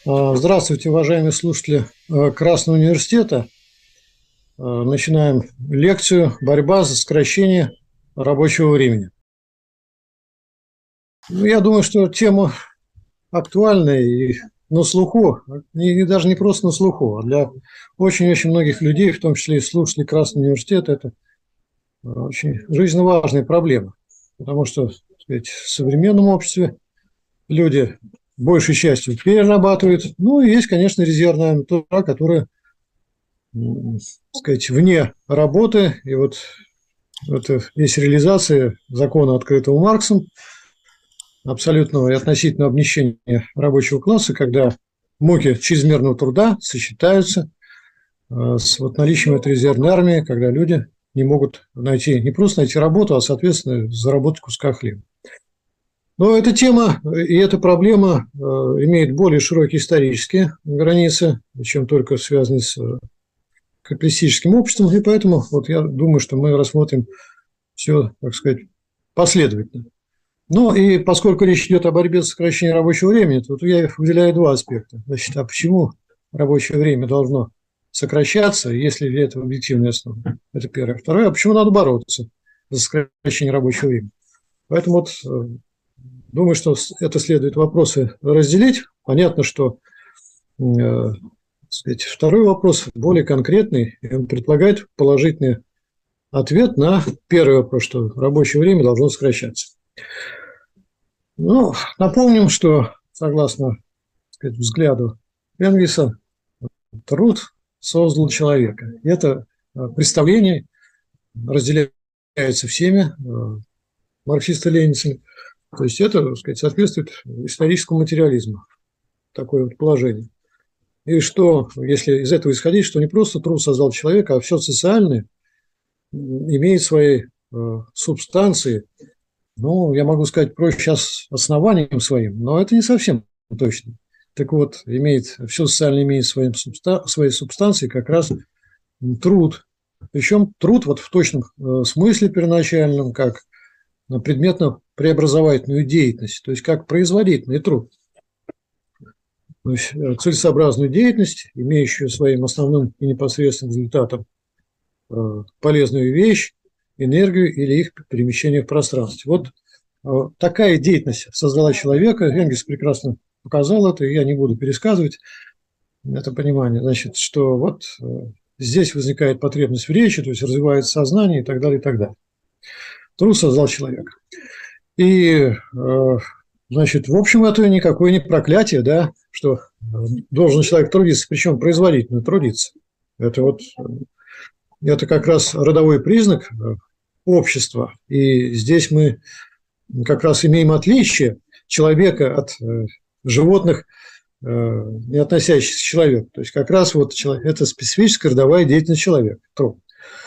Здравствуйте, уважаемые слушатели Красного университета. Начинаем лекцию «Борьба за сокращение рабочего времени». Я думаю, что тема актуальная и на слуху, и даже не просто на слуху, а для очень-очень многих людей, в том числе и слушателей Красного университета, это очень жизненно важная проблема. Потому что, так сказать, в современном обществе люди большей частью перерабатывают. Ну, и есть, конечно, резервная труда, которая сказать, вне работы. И вот это есть реализация закона, открытого Марксом, абсолютного и относительного обнищения рабочего класса, когда муки чрезмерного труда сочетаются с вот наличием этой резервной армии, когда люди не могут найти, не просто найти работу, а, соответственно, заработать куска хлеба. Но эта тема и эта проблема имеет более широкие исторические границы, чем только связанные с капиталистическим обществом, и поэтому вот я думаю, что мы рассмотрим все, так сказать, последовательно. Ну и поскольку речь идет о борьбе с сокращением рабочего времени, то я выделяю два аспекта. Значит, а почему рабочее время должно сокращаться, если для этого объективная основа? Это первое. Второе, а почему надо бороться за сокращение рабочего времени? Поэтому вот думаю, что это следует вопросы разделить. Понятно, что сказать, второй вопрос более конкретный, и он предполагает положительный ответ на первый вопрос, что рабочее время должно сокращаться. Ну, напомним, что согласно, так сказать, взгляду Энгельса, труд создал человека. И это представление разделяется всеми марксисты-ленинцами. То есть это, так сказать, соответствует историческому материализму, такое вот положение. И что, если из этого исходить, что не просто труд создал человека, а все социальное имеет свои субстанции, ну, я могу сказать проще сейчас основанием своим, но это не совсем точно. Так вот, все социальное имеет свои субстанции как раз труд. Причем труд вот в точном смысле первоначальном, как предметно-преобразовательную деятельность, то есть как производительный труд. То есть целесообразную деятельность, имеющую своим основным и непосредственным результатом полезную вещь, энергию или их перемещение в пространстве. Вот такая деятельность создала человека. Энгельс прекрасно показал это, и я не буду пересказывать это понимание. Значит, что вот здесь возникает потребность в речи, то есть развивается сознание и так далее, и так далее. Труд создал человека. И, значит, в общем, это никакое не проклятие, да, что должен человек трудиться, причем производительно трудиться. Это как раз родовой признак общества. И здесь мы как раз имеем отличие человека от животных, не относящихся к человеку. То есть как раз вот это специфическая родовая деятельность человека, труд.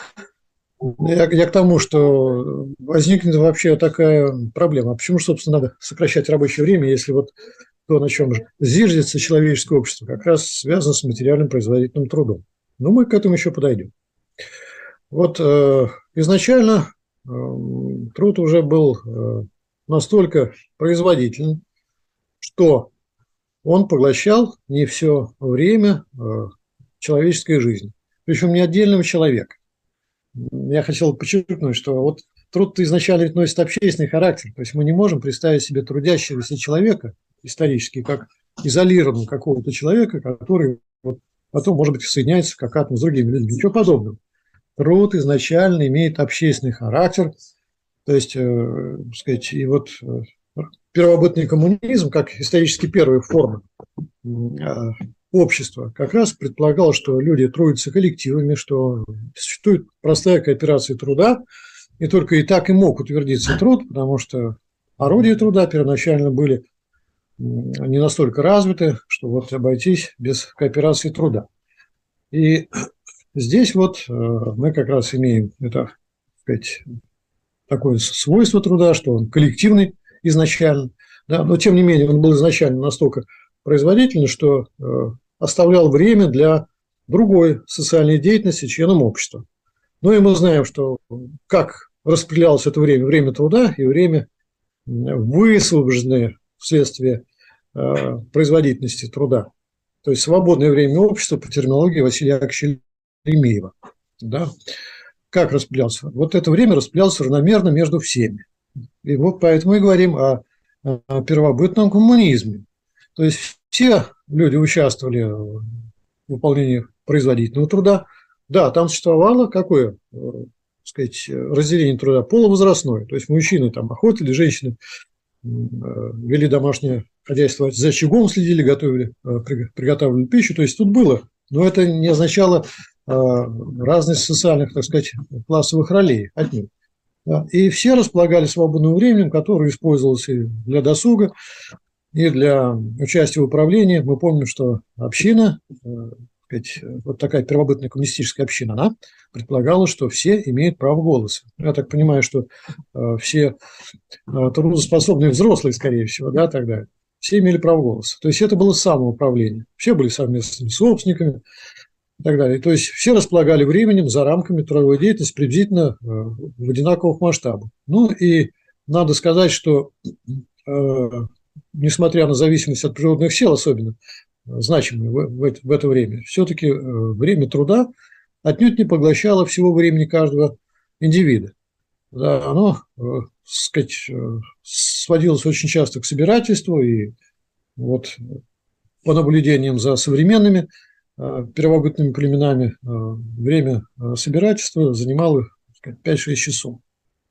Я к тому, что возникнет вообще такая проблема. А почему, собственно, надо сокращать рабочее время, если вот то, на чем зиждется человеческое общество, как раз связано с материальным производительным трудом? Ну, мы к этому еще подойдем. Вот изначально труд уже был настолько производителен, что он поглощал не все время человеческой жизни, причем не отдельного человека. Я хотел подчеркнуть, что вот труд изначально ведь носит общественный характер, то есть мы не можем представить себе трудящегося человека исторически как изолированного какого-то человека, который вот потом, может быть, соединяется как атом с другими людьми. Ничего подобного. Труд изначально имеет общественный характер, то есть, сказать, и вот первобытный коммунизм, как исторически первая форма общества, как раз предполагал, что люди трудятся коллективами, что существует простая кооперация труда, и только и так и мог утвердиться труд, потому что орудия труда первоначально были не настолько развиты, что вот обойтись без кооперации труда. И здесь вот мы как раз имеем это, так сказать, такое свойство труда, что он коллективный изначально, да, но тем не менее он был изначально настолько производительный, что оставлял время для другой социальной деятельности членам общества. Ну и мы знаем, что как распределялось это время труда и время, высвобожденное вследствие производительности труда. то есть свободное время общества по терминологии Василия Яковлевича Лемеева. Да? Как распределялся? Вот это время распределялось равномерно между всеми. И вот поэтому и говорим о первобытном коммунизме. То есть все люди участвовали в выполнении производительного труда. Да, там существовало какое, сказать, разделение труда полувозрастное. То есть мужчины там охотили, женщины вели домашнее хозяйство, за очагом следили, готовили, приготавливали пищу. То есть тут было. Но это не означало разность социальных, так сказать, классовых ролей отнюдь. Да. И все располагали свободным временем, которое использовалось и для досуга, и для участия в управлении. Мы помним, что община, сказать, вот такая первобытная коммунистическая община, она предполагала, что все имеют право голоса. Я так понимаю, что все трудоспособные взрослые, скорее всего, да, тогда, все имели право голоса. То есть это было самоуправление. Все были совместными собственниками и так далее. То есть все располагали временем за рамками трудовой деятельности приблизительно в одинаковых масштабах. Ну и надо сказать, что несмотря на зависимость от природных сил, особенно значимые в это время, все-таки время труда отнюдь не поглощало всего времени каждого индивида. Да, оно, сказать, сводилось очень часто к собирательству, и вот по наблюдениям за современными первобытными племенами время собирательства занимало 5-6 часов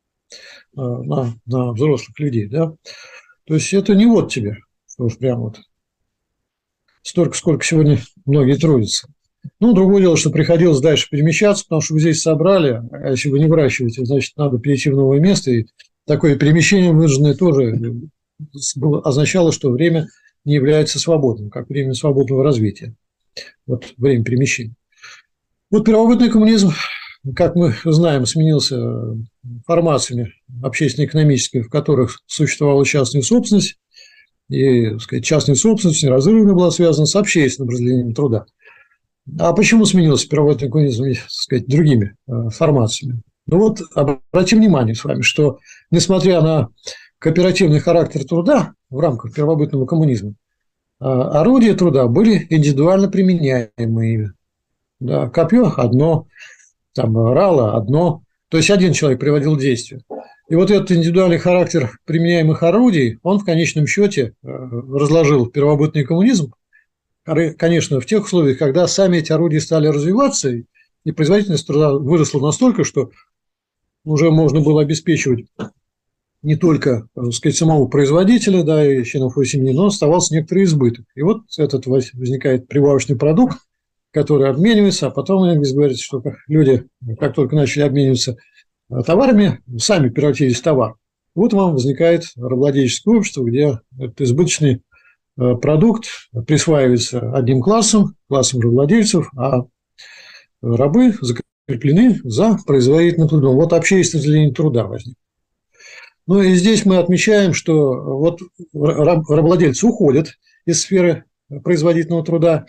на взрослых людей. Да? То есть это не вот тебе, что уж прям вот столько, сколько сегодня многие трудятся. Ну, другое дело, что приходилось дальше перемещаться, потому что вы здесь собрали, а если вы не выращиваете, значит, надо перейти в новое место. И такое перемещение вынужденное тоже означало, что время не является свободным, как время свободного развития. Вот время перемещения. Вот первобытный коммунизм, как мы знаем, сменился формациями общественно-экономическими, в которых существовала частная собственность, и, так сказать, частная собственность неразрывно была связана с общественным разделением труда. А почему сменился первобытный коммунизм, так сказать, другими формациями? Ну вот обратим внимание с вами, что несмотря на кооперативный характер труда в рамках первобытного коммунизма, орудия труда были индивидуально применяемыми. Да, копье одно, там, рало одно, то есть один человек приводил действие. И вот этот индивидуальный характер применяемых орудий, он в конечном счете разложил первобытный коммунизм, конечно, в тех условиях, когда сами эти орудия стали развиваться, и производительность труда выросла настолько, что уже можно было обеспечивать не только, так сказать, самого производителя, да, и членов его семьи, но оставался некоторый избыток. И вот этот возникает прибавочный продукт, который обменивается, а потом, как говорится, что люди, как только начали обмениваться товарами, сами превратились в товар. Вот вам возникает рабовладельческое общество, где этот избыточный продукт присваивается одним классом рабовладельцев, а рабы закреплены за производительным трудом. Вот общественное разделение труда возникло. Ну и здесь мы отмечаем, что вот рабовладельцы уходят из сферы производительного труда,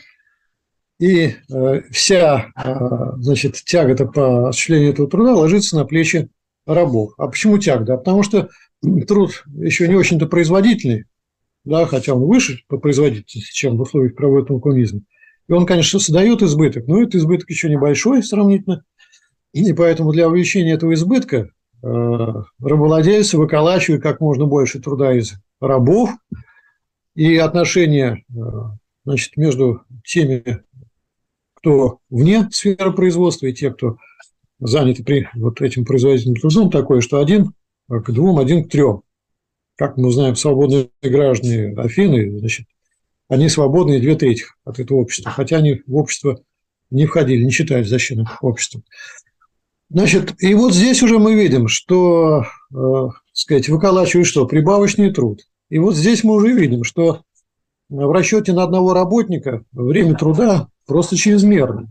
и вся, значит, тягота по осуществлению этого труда ложится на плечи рабов. А почему тягота? Потому что труд еще не очень-то производительный, да, хотя он выше по производительности, чем в условиях первобытного коммунизма. И он, конечно, создает избыток, но этот избыток еще небольшой сравнительно, и поэтому для увеличения этого избытка рабовладельцы выколачивают как можно больше труда из рабов, и отношения, значит, между теми, кто вне сферы производства, и те, кто заняты вот этим производительным трудом, такое, что 1 к 2, 1 к 3. Как мы знаем, свободные граждане Афины, значит, они свободные 2/3 от этого общества, хотя они в общество не входили, не считались защитным обществом. Значит, и вот здесь уже мы видим, что, сказать, выколачивают что? Прибавочный труд. И вот здесь мы уже видим, что в расчете на одного работника время труда просто чрезмерно.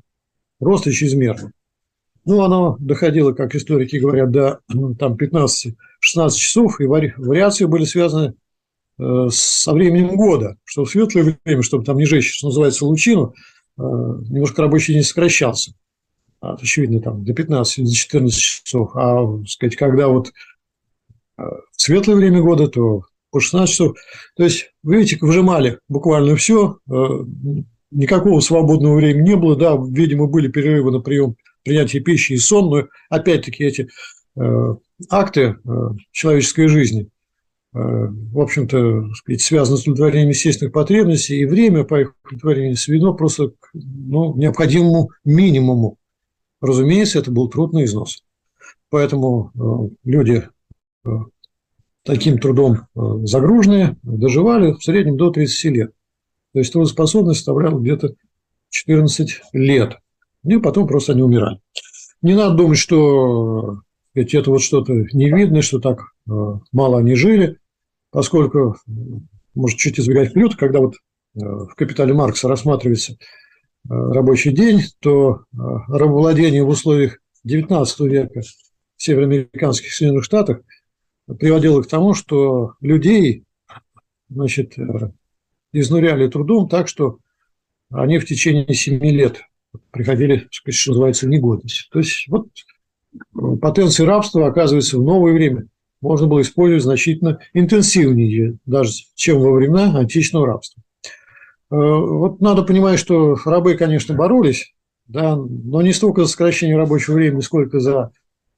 Ну, оно доходило, как историки говорят, до там, 15-16 часов, и вариации были связаны со временем года, что в светлое время, чтобы там не жечь, что называется, лучину, немножко рабочий день сокращался. Очевидно, там до 15-14 часов. А, сказать, когда вот светлое время года, то по 16 часов. То есть, вы видите, выжимали буквально все, никакого свободного времени не было, да, видимо, были перерывы на принятие пищи и сон, но опять-таки эти акты человеческой жизни, в общем-то, сказать, связаны с удовлетворением естественных потребностей, и время по их удовлетворению сведено просто к необходимому минимуму. Разумеется, это был труд на износ. Поэтому люди таким трудом загруженные доживали в среднем до 30 лет. То есть трудоспособность составляла где-то 14 лет. И потом просто они умирали. Не надо думать, что это вот что-то невидное, что так мало они жили, поскольку, может, чуть избегать вперед, когда вот в «Капитале» Маркса рассматривается рабочий день, то рабовладение в условиях XIX века в североамериканских Соединенных Штатах приводило к тому, что людей, значит, изнуряли трудом так, что они в течение 7 лет приходили, что называется, в негодность. То есть вот потенции рабства, оказывается, в новое время можно было использовать значительно интенсивнее, даже чем во времена античного рабства. Вот надо понимать, что рабы, конечно, боролись, да, но не столько за сокращение рабочего времени, сколько за,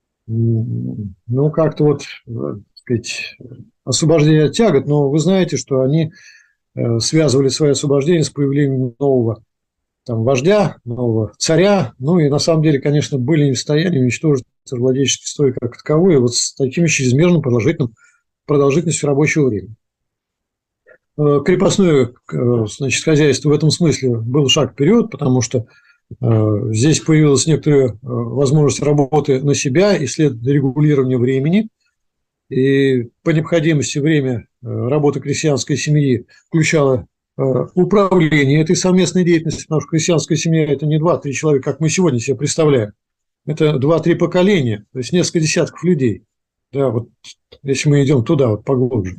как-то вот, так сказать, освобождение от тягот. Но вы знаете, что они связывали свое освобождение с появлением нового вождя, нового царя. Ну и на самом деле, конечно, были не в состоянии уничтожить владельческий строй как таковой вот с таким чрезмерным продолжительностью рабочего времени. Крепостное, значит, хозяйство в этом смысле был шаг вперед, потому что здесь появилась некоторая возможность работы на себя и следовательно регулирования времени. И по необходимости время работы крестьянской семьи включало управление этой совместной деятельностью, потому что крестьянская семья – это не 2-3 человека, как мы сегодня себе представляем. Это 2-3 поколения, то есть несколько десятков людей. Да, вот если мы идем туда, вот поглубже,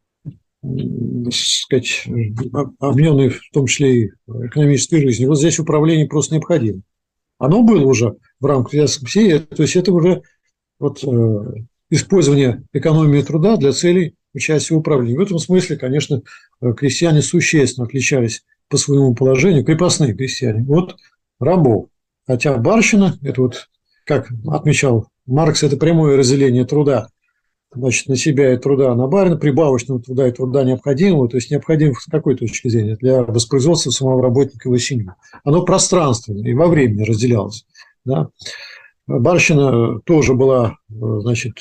сказать, объединенные в том числе и экономической жизнью. Вот здесь управление просто необходимо. Оно было уже в рамках крестьянской семьи, то есть это уже вот использование экономии труда для целей участия в управлении. В этом смысле, конечно, крестьяне существенно отличались по своему положению, крепостные крестьяне, от рабов. Хотя барщина, это вот, как отмечал Маркс, это прямое разделение труда, значит, на себя и труда на барина, прибавочного труда и труда необходимого, то есть необходимого с какой точки зрения? Для воспроизводства самого работника его семьи. Оно пространственно и во времени разделялось. Да? Барщина тоже была, значит,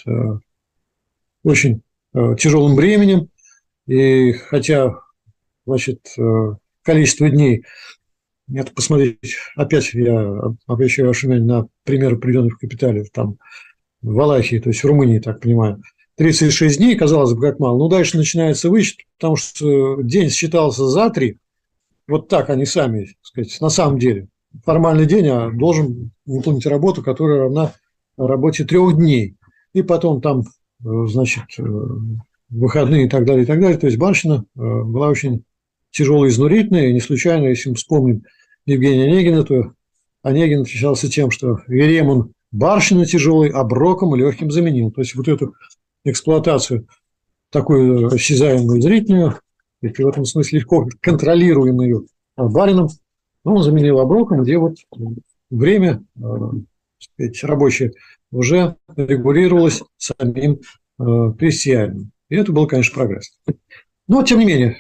очень тяжелым бременем, и хотя, значит, количество дней, это посмотреть, опять я обращаю ваше внимание на примеры, приведенные в «Капитале», там, в Валахии, то есть в Румынии, так понимаю, 36 дней, казалось бы, как мало, но дальше начинается вычет, потому что день считался за 3, вот так они сами, так сказать, на самом деле. Формальный день должен выполнить работу, которая равна работе 3 дней. И потом там, значит, выходные и так далее, и так далее. То есть барщина была очень тяжелая, изнурительная. И не случайно, если мы вспомним Евгения Онегина, то Онегин отличался тем, что Верем он барщина тяжелой, а броком легким заменил. То есть вот эту эксплуатацию такую осязаемую, зрительную, и в этом смысле легко контролируемую барином, он заменил оброком, где вот время, сказать, рабочее уже регулировалось самим крестьянином. И это был, конечно, прогресс. Но, тем не менее,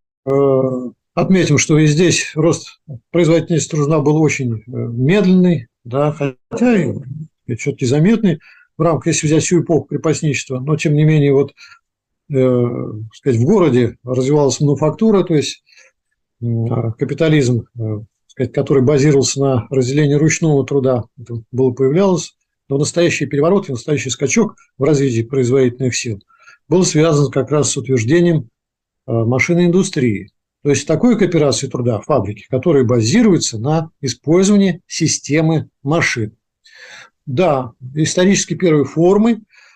отметим, что и здесь рост производительности труда был очень медленный, да, хотя и все-таки заметный в рамках, если взять всю эпоху крепостничества, но, тем не менее, вот, сказать, в городе развивалась мануфактура, то есть капитализм, сказать, который базировался на разделении ручного труда, это появлялось, но настоящий переворот и настоящий скачок в развитии производительных сил был связан как раз с утверждением машинной индустрии. То есть такой кооперации труда, фабрики, которая базируется на использовании системы машин. Да, исторически первой формой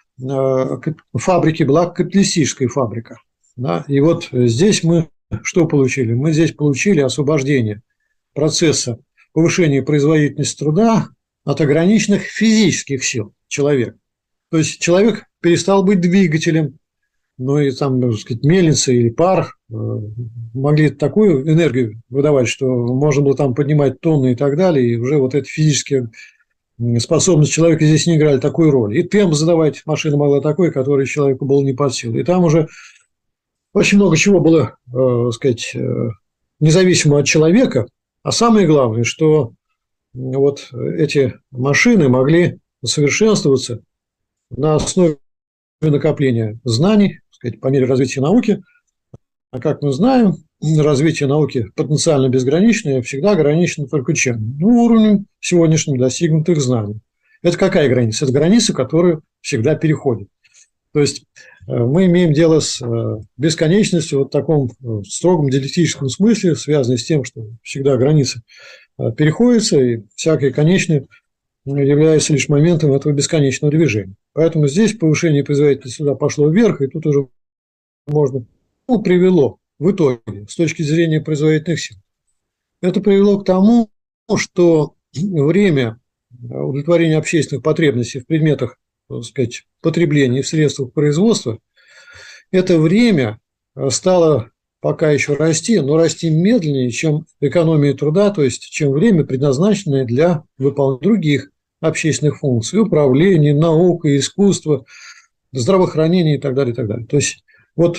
фабрики была капиталистическая фабрика. Да, и вот здесь мы что получили? Мы здесь получили освобождение процесса повышения производительности труда от ограниченных физических сил человека. То есть человек перестал быть двигателем, ну и там, так сказать, мельница или пар могли такую энергию выдавать, что можно было там поднимать тонны и так далее, и уже вот эти физические способности человека здесь не играли такую роль. И темп задавать машина могла такой, который человеку был не под силу. И там уже очень много чего было, так сказать, независимо от человека. А самое главное, что вот эти машины могли совершенствоваться на основе накопления знаний, так сказать, по мере развития науки. А как мы знаем, развитие науки потенциально безграничное, всегда ограничено только чем? Ну, уровнем сегодняшним достигнутых знаний. Это какая граница? Это граница, которую всегда переходит. То есть мы имеем дело с бесконечностью вот в таком строгом диалектическом смысле, связанной с тем, что всегда граница переходится, и всякое конечное является лишь моментом этого бесконечного движения. Поэтому здесь повышение производительности сюда пошло вверх, и тут уже можно, ну, привело в итоге с точки зрения производительных сил. Это привело к тому, что время удовлетворения общественных потребностей в предметах, так сказать, потребления и в средствах производства, это время стало пока еще расти, но расти медленнее, чем экономия труда, то есть чем время, предназначенное для выполнения других общественных функций, управления, наука, искусства, здравоохранения и так далее, и так далее. То есть вот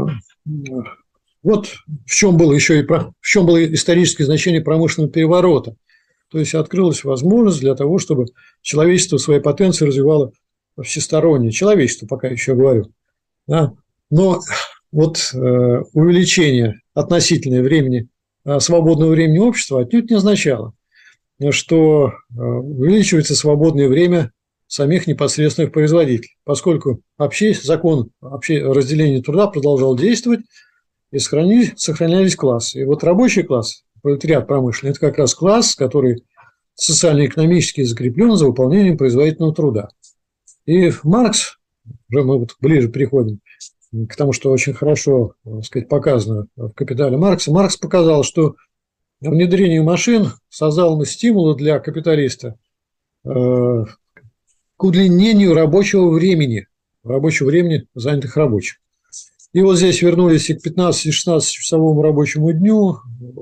в чем было еще в чем было историческое значение промышленного переворота. То есть открылась возможность для того, чтобы человечество свои потенции развивало всесторонне. Человечество, пока еще говорю. Да? Но вот увеличение относительное времени, свободного времени общества отнюдь не означало, что увеличивается свободное время самих непосредственных производителей, поскольку закон разделения труда продолжал действовать, и сохранялись классы. И вот рабочий класс, пролетариат промышленный, это как раз класс, который социально-экономически закреплен за выполнением производительного труда. И Маркс, уже мы вот ближе переходим к тому, что очень хорошо, так сказать, показано в «Капитале» Маркса. Маркс показал, что внедрение машин создало стимулы для капиталиста к удлинению рабочего времени занятых рабочих. И вот здесь вернулись и к 15-16-часовому рабочему дню.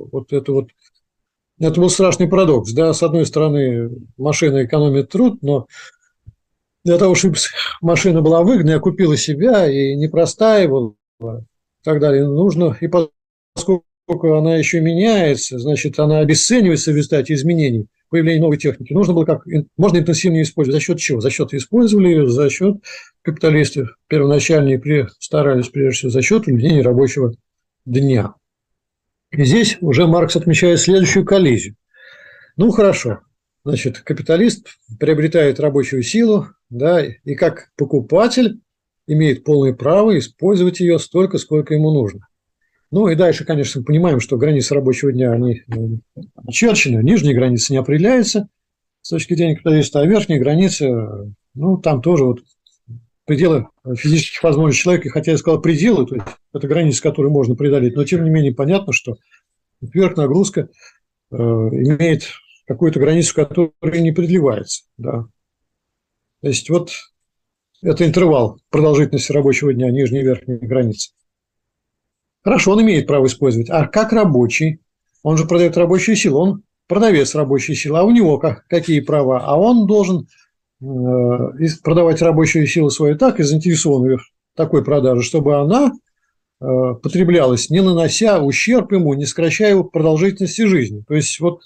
Это был страшный парадокс. Да? С одной стороны, машина экономит труд, но для того, чтобы машина была выгодной, окупила себя и не простаивала и так далее, нужно, и поскольку она еще меняется, значит, она обесценивается в результате изменений, появления новой техники, нужно было можно интенсивнее использовать. За счет чего? За счет использовали ее, за счет капиталистов первоначальные старались, прежде всего, за счет удлинения рабочего дня. И здесь уже Маркс отмечает следующую коллизию. Ну, хорошо. Значит, капиталист приобретает рабочую силу, да, и как покупатель имеет полное право использовать ее столько, сколько ему нужно. Ну и дальше, конечно, мы понимаем, что границы рабочего дня, они очерчены, нижние границы не определяются с точки зрения капиталиста, а верхние границы, ну, там тоже вот пределы физических возможностей человека, хотя я сказал пределы, то есть это границы, которые можно преодолеть, но тем не менее понятно, что сверхнагрузка имеет какую-то границу, которая не преодолевается. Да. То есть вот это интервал продолжительности рабочего дня, нижней и верхней границы. Хорошо, он имеет право использовать. А как рабочий? Он же продает рабочую силу, он продавец рабочей силы. А у него какие права? А он должен продавать рабочую силу свою так и заинтересован в такой продаже, чтобы она потреблялась, не нанося ущерб ему, не сокращая его продолжительности жизни. То есть вот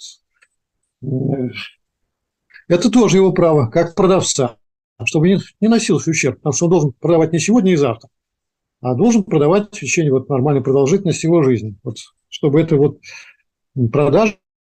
это тоже его право, как продавца, чтобы не носился ущерб, потому что он должен продавать не сегодня и завтра, а должен продавать в течение вот нормальной продолжительности его жизни. Вот, чтобы эта вот продажа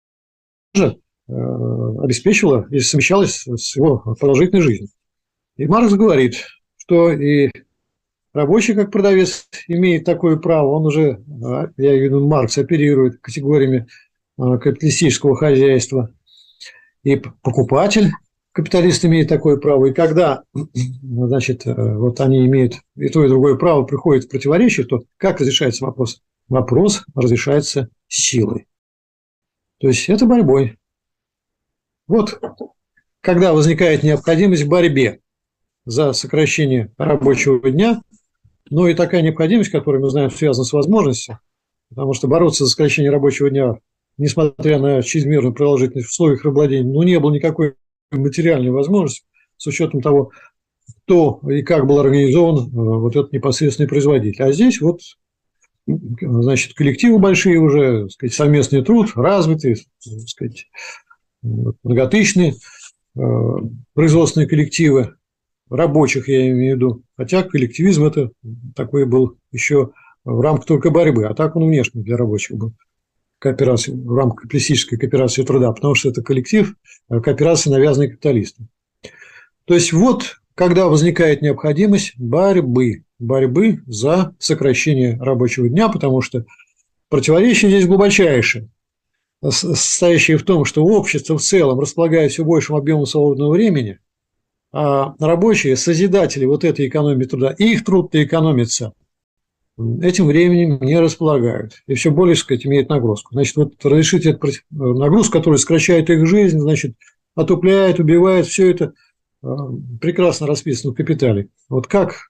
обеспечивала и совмещалась с его продолжительной жизнью. И Маркс говорит, что и рабочий, как продавец, имеет такое право. Он уже, я имею в виду, Маркс оперирует категориями капиталистического хозяйства. И покупатель, капиталист, имеет такое право. И когда, значит, вот они имеют и то, и другое право, приходит в противоречие, то как разрешается вопрос? Вопрос разрешается силой. То есть это борьбой. Вот когда возникает необходимость в борьбе за сокращение рабочего дня, Но и такая необходимость, которую мы знаем, связана с возможностью, потому что бороться за сокращение рабочего дня, несмотря на чрезмерную продолжительность в условиях рабовладения, ну, не было никакой материальной возможности с учетом того, кто и как был организован вот этот непосредственный производитель. А здесь вот, значит, коллективы большие уже, так сказать, совместный труд, развитые, так сказать, многотысячные производственные коллективы, рабочих я имею в виду. Хотя коллективизм это такой был еще в рамках только борьбы, а так он внешний для рабочих был. Кооперации, в рамках капиталистической кооперации труда, потому что это коллектив кооперации, навязанный капиталистам. То есть вот когда возникает необходимость борьбы за сокращение рабочего дня, потому что противоречие здесь глубочайшее, состоящее в том, что общество в целом располагает все большим объемом свободного времени, а рабочие, созидатели вот этой экономии труда, их труд-то экономится, этим временем не располагают. И все более, так сказать, имеет нагрузку. Значит, вот разрешить эту нагрузку, которая сокращает их жизнь, значит, отупляет, убивает, все это прекрасно расписано в «Капитале». Вот как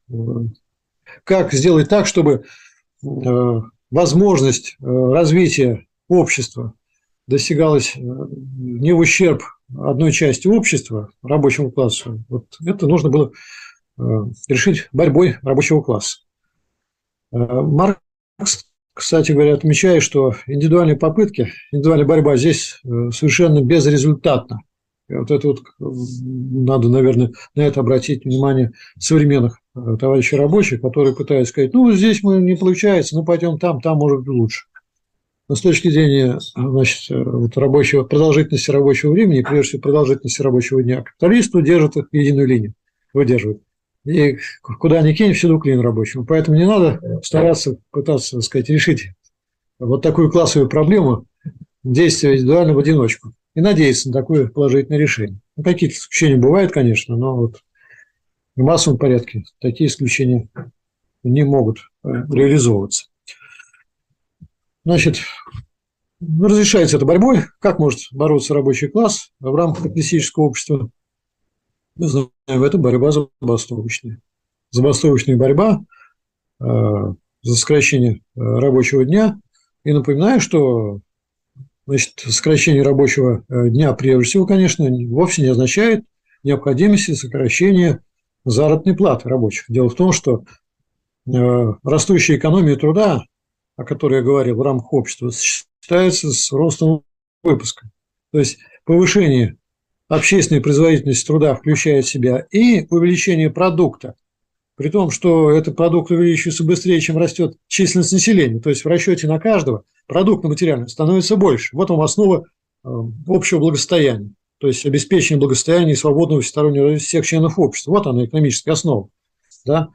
сделать так, чтобы возможность развития общества достигалась не в ущерб одной части общества, рабочему классу. Вот это нужно было решить борьбой рабочего класса. Маркс, кстати говоря, отмечает, что индивидуальные попытки, индивидуальная борьба здесь совершенно безрезультатна. И вот это вот надо, наверное, на это обратить внимание современных товарищей рабочих, которые пытаются сказать, ну, здесь не получается, ну, пойдем там может быть лучше. Но с точки зрения, значит, вот продолжительности рабочего времени, прежде всего продолжительности рабочего дня, капиталист держит единую линию, выдерживает. И куда ни кинь, всюду клин рабочему. Поэтому не надо стараться пытаться, так сказать, решить вот такую классовую проблему, действия индивидуально в одиночку, и надеяться на такое положительное решение. Ну, какие-то исключения бывают, конечно, но вот в массовом порядке такие исключения не могут реализовываться. Значит, разрешается это борьбой. Как может бороться рабочий класс в рамках капиталистического общества? Мы знаем, это борьба забастовочная. Забастовочная борьба за сокращение рабочего дня. И напоминаю, что, значит, сокращение рабочего дня, прежде всего, конечно, вовсе не означает необходимости сокращения заработной платы рабочих. Дело в том, что растущая экономия труда, о которой я говорил в рамках общества, сочетается с ростом выпуска. То есть повышение общественной производительности труда включает в себя и увеличение продукта, при том, что этот продукт увеличивается быстрее, чем растет численность населения. То есть в расчете на каждого продукта материального становится больше. Вот вам основа общего благосостояния. То есть обеспечение благосостояния и свободного всестороннего развития всех членов общества. Вот она, экономическая основа. Да?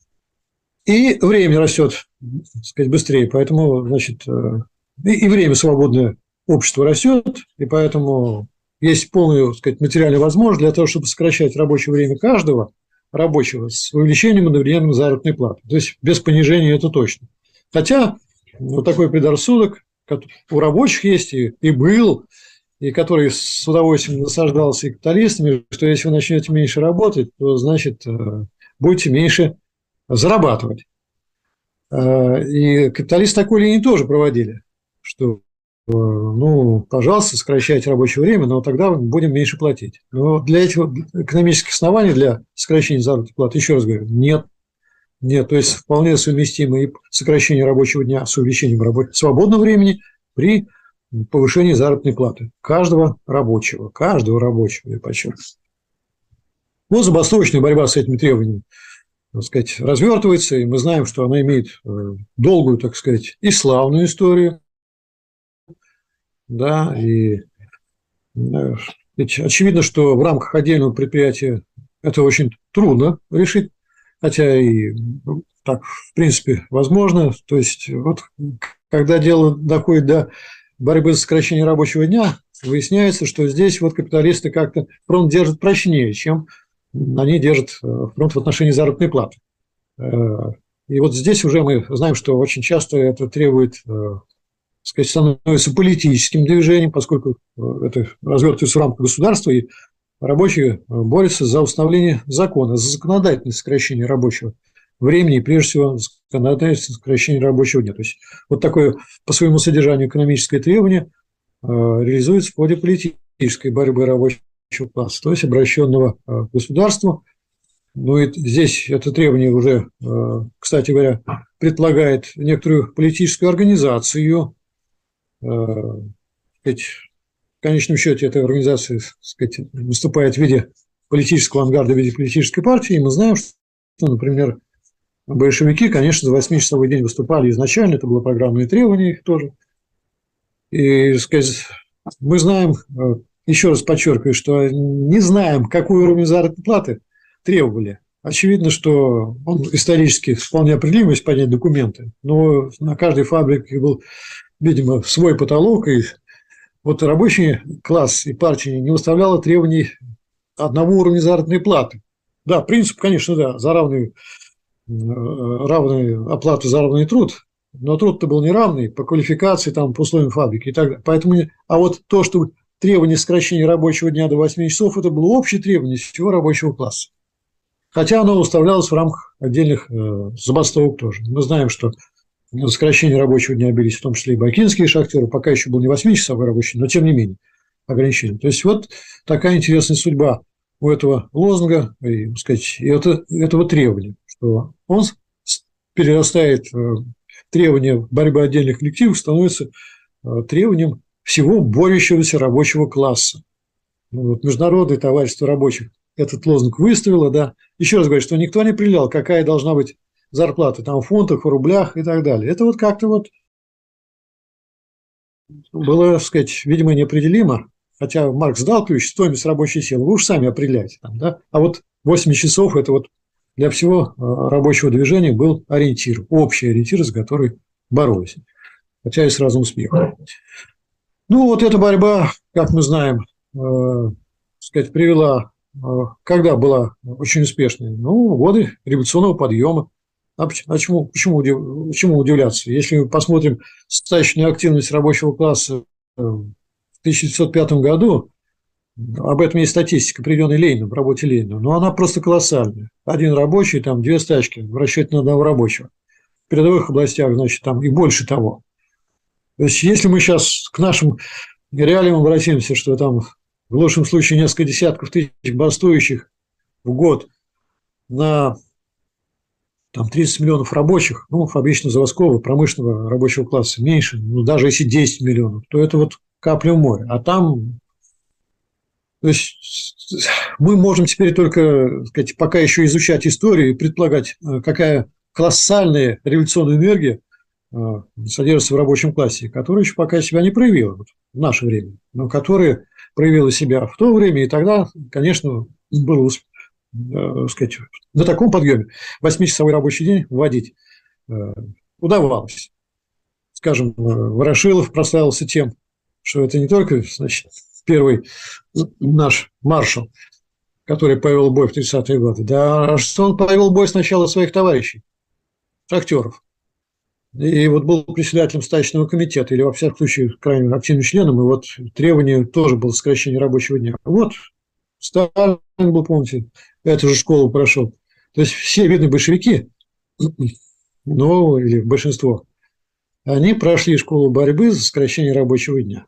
И время растет, так сказать, быстрее, поэтому, значит, и время свободное общество растет, и поэтому есть полная, так сказать, материальная возможность для того, чтобы сокращать рабочее время каждого рабочего с увеличением одновременно заработной платы. То есть без понижения это точно. Хотя вот такой предрассудок у рабочих есть и был, и который с удовольствием насаждался и капиталистами, что если вы начнете меньше работать, то, значит, будете меньше зарабатывать. И капиталисты такой линии тоже проводили, что, ну, пожалуйста, сокращайте рабочее время, но тогда будем меньше платить. Но для этих экономических оснований, для сокращения заработной платы, еще раз говорю, нет. Нет, то есть вполне совместимо и сокращение рабочего дня с увеличением свободного времени при повышении заработной платы каждого рабочего, я подчеркиваю. Ну, забастовочная борьба с этими требованиями, так сказать, развертывается, и мы знаем, что она имеет долгую, так сказать, и славную историю, да, и ведь очевидно, что в рамках отдельного предприятия это очень трудно решить, хотя и так, в принципе, возможно. То есть, вот когда дело доходит до борьбы за сокращение рабочего дня, выясняется, что здесь вот капиталисты как-то фронт держат прочнее, чем они держат фронт в отношении заработной платы. И вот здесь уже мы знаем, что очень часто это требует, так сказать, становится политическим движением, поскольку это развертывается в рамках государства, и рабочие борются за установление закона, за законодательное сокращение рабочего времени и, прежде всего, законодательство сокращения рабочего дня. То есть вот такое по своему содержанию экономическое требование реализуется в ходе политической борьбы рабочего класса, то есть обращенного к государству. Ну и здесь это требование уже, кстати говоря, предполагает некоторую политическую организацию. Сказать, в конечном счете эта организация, сказать, выступает в виде политического авангарда, в виде политической партии, и мы знаем, что, например, большевики, конечно, за 8-часовой день выступали изначально, это было программное требование их тоже. И, сказать, мы знаем, еще раз подчеркиваю, что не знаем, какой уровень заработной платы требовали. Очевидно, что он исторически вполне определим, если поднять документы, но на каждой фабрике был, видимо, свой потолок, и вот рабочий класс и партия не выставляла требований одного уровня заработной платы. Да, принцип, конечно, да, за равную оплату за равный труд, но труд-то был неравный по квалификации, там, по условиям фабрики и так далее. Поэтому, а вот то, что требование сокращения рабочего дня до 8 часов, это было общее требование всего рабочего класса. Хотя оно выставлялось в рамках отдельных забастовок тоже. Мы знаем, что на сокращение рабочего дня бились в том числе и бакинские шахтеры, пока еще был не 8-часовой рабочий день, но тем не менее ограничения. То есть вот такая интересная судьба у этого лозунга и, так сказать, этого требования, что он перерастает в требование борьбы отдельных коллективов, становится требованием всего борющегося рабочего класса. Вот Международное товарищество рабочих этот лозунг выставило, да. Еще раз говорю, что никто не определял, какая должна быть зарплата, там в фунтах, в рублях и так далее. Это вот как-то вот было, так сказать, видимо, неопределимо. Хотя Маркс дал ключ, стоимость рабочей силы, вы уж сами определяете. Там, да? А вот 8 часов – это вот для всего рабочего движения был ориентир, общий ориентир, за который боролись. Хотя и с разным успехом. Ну, вот эта борьба, как мы знаем, сказать, привела, когда была очень успешной, ну, годы революционного подъема. Почему удивляться? Если мы посмотрим стачечную активность рабочего класса в 1905 году, об этом есть статистика, приведенная Лениным, в работе Ленина, но она просто колоссальная. Один рабочий, там 2 стачки в расчете на одного рабочего. В передовых областях, значит, там и больше того. То есть, если мы сейчас к нашим реалиям обратимся, что там в лучшем случае несколько десятков тысяч бастующих в год на там 30 миллионов рабочих, ну, фабрично-заводского, промышленного рабочего класса меньше, ну, даже если 10 миллионов, то это вот капля в море. А там, то есть, мы можем теперь только, сказать, пока еще изучать историю и предполагать, какая колоссальная революционная энергия содержится в рабочем классе, которая еще пока себя не проявила вот, в наше время, но которая проявила себя в то время, и тогда, конечно, было сказать, на таком подъеме 8-часовой рабочий день вводить удавалось. Скажем, Ворошилов прославился тем, что это не только, значит, первый наш маршал, который повел бой в 30-е годы, да, а что он повел бой сначала своих товарищей, шахтеров. И вот был председателем стачечного комитета, или, во всяком случае, крайне активным членом, и вот требование тоже было сокращение рабочего дня. Вот Сталин был, помните, эту же школу прошел. То есть все видные большевики, ну, или большинство, они прошли школу борьбы за сокращение рабочего дня.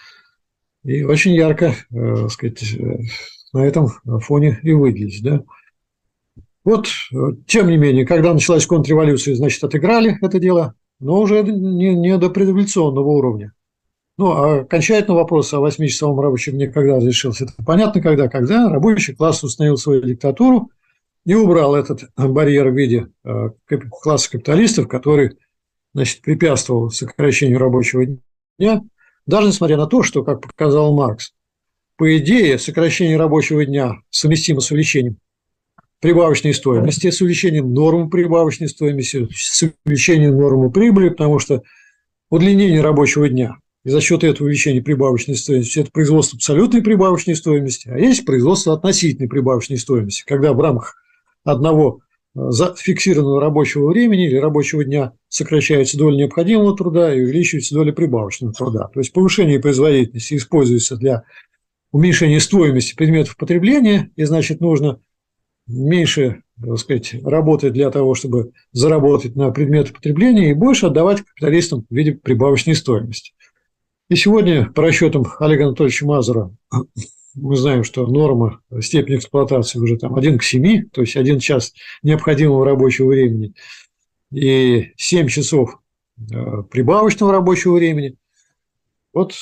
И очень ярко, сказать, на этом фоне и выделились, да. Вот, тем не менее, когда началась контрреволюция, значит, отыграли это дело, но уже не до предреволюционного уровня. Ну, а окончательно вопрос о 8-часовом рабочем дне когда разрешился? Это понятно, когда рабочий класс установил свою диктатуру и убрал этот барьер в виде класса капиталистов, который, значит, препятствовал сокращению рабочего дня, даже несмотря на то, что, как показал Маркс, по идее, сокращение рабочего дня совместимо с увеличением прибавочной стоимости, с увеличением нормы прибавочной стоимости, с увеличением нормы прибыли, потому что удлинение рабочего дня и за счет этого увеличения прибавочной стоимости – это производство абсолютной прибавочной стоимости, а есть производство относительной прибавочной стоимости, когда в рамках одного фиксированного рабочего времени или рабочего дня сокращается доля необходимого труда и увеличивается доля прибавочного труда. То есть повышение производительности используется для уменьшения стоимости предметов потребления, и, значит, нужно меньше так сказать, работать для того, чтобы заработать на предметы потребления, и больше отдавать капиталистам в виде прибавочной стоимости. И сегодня, по расчетам Олега Анатольевича Мазура, мы знаем, что норма степени эксплуатации уже там 1 к 7, то есть 1 час необходимого рабочего времени и 7 часов прибавочного рабочего времени. Вот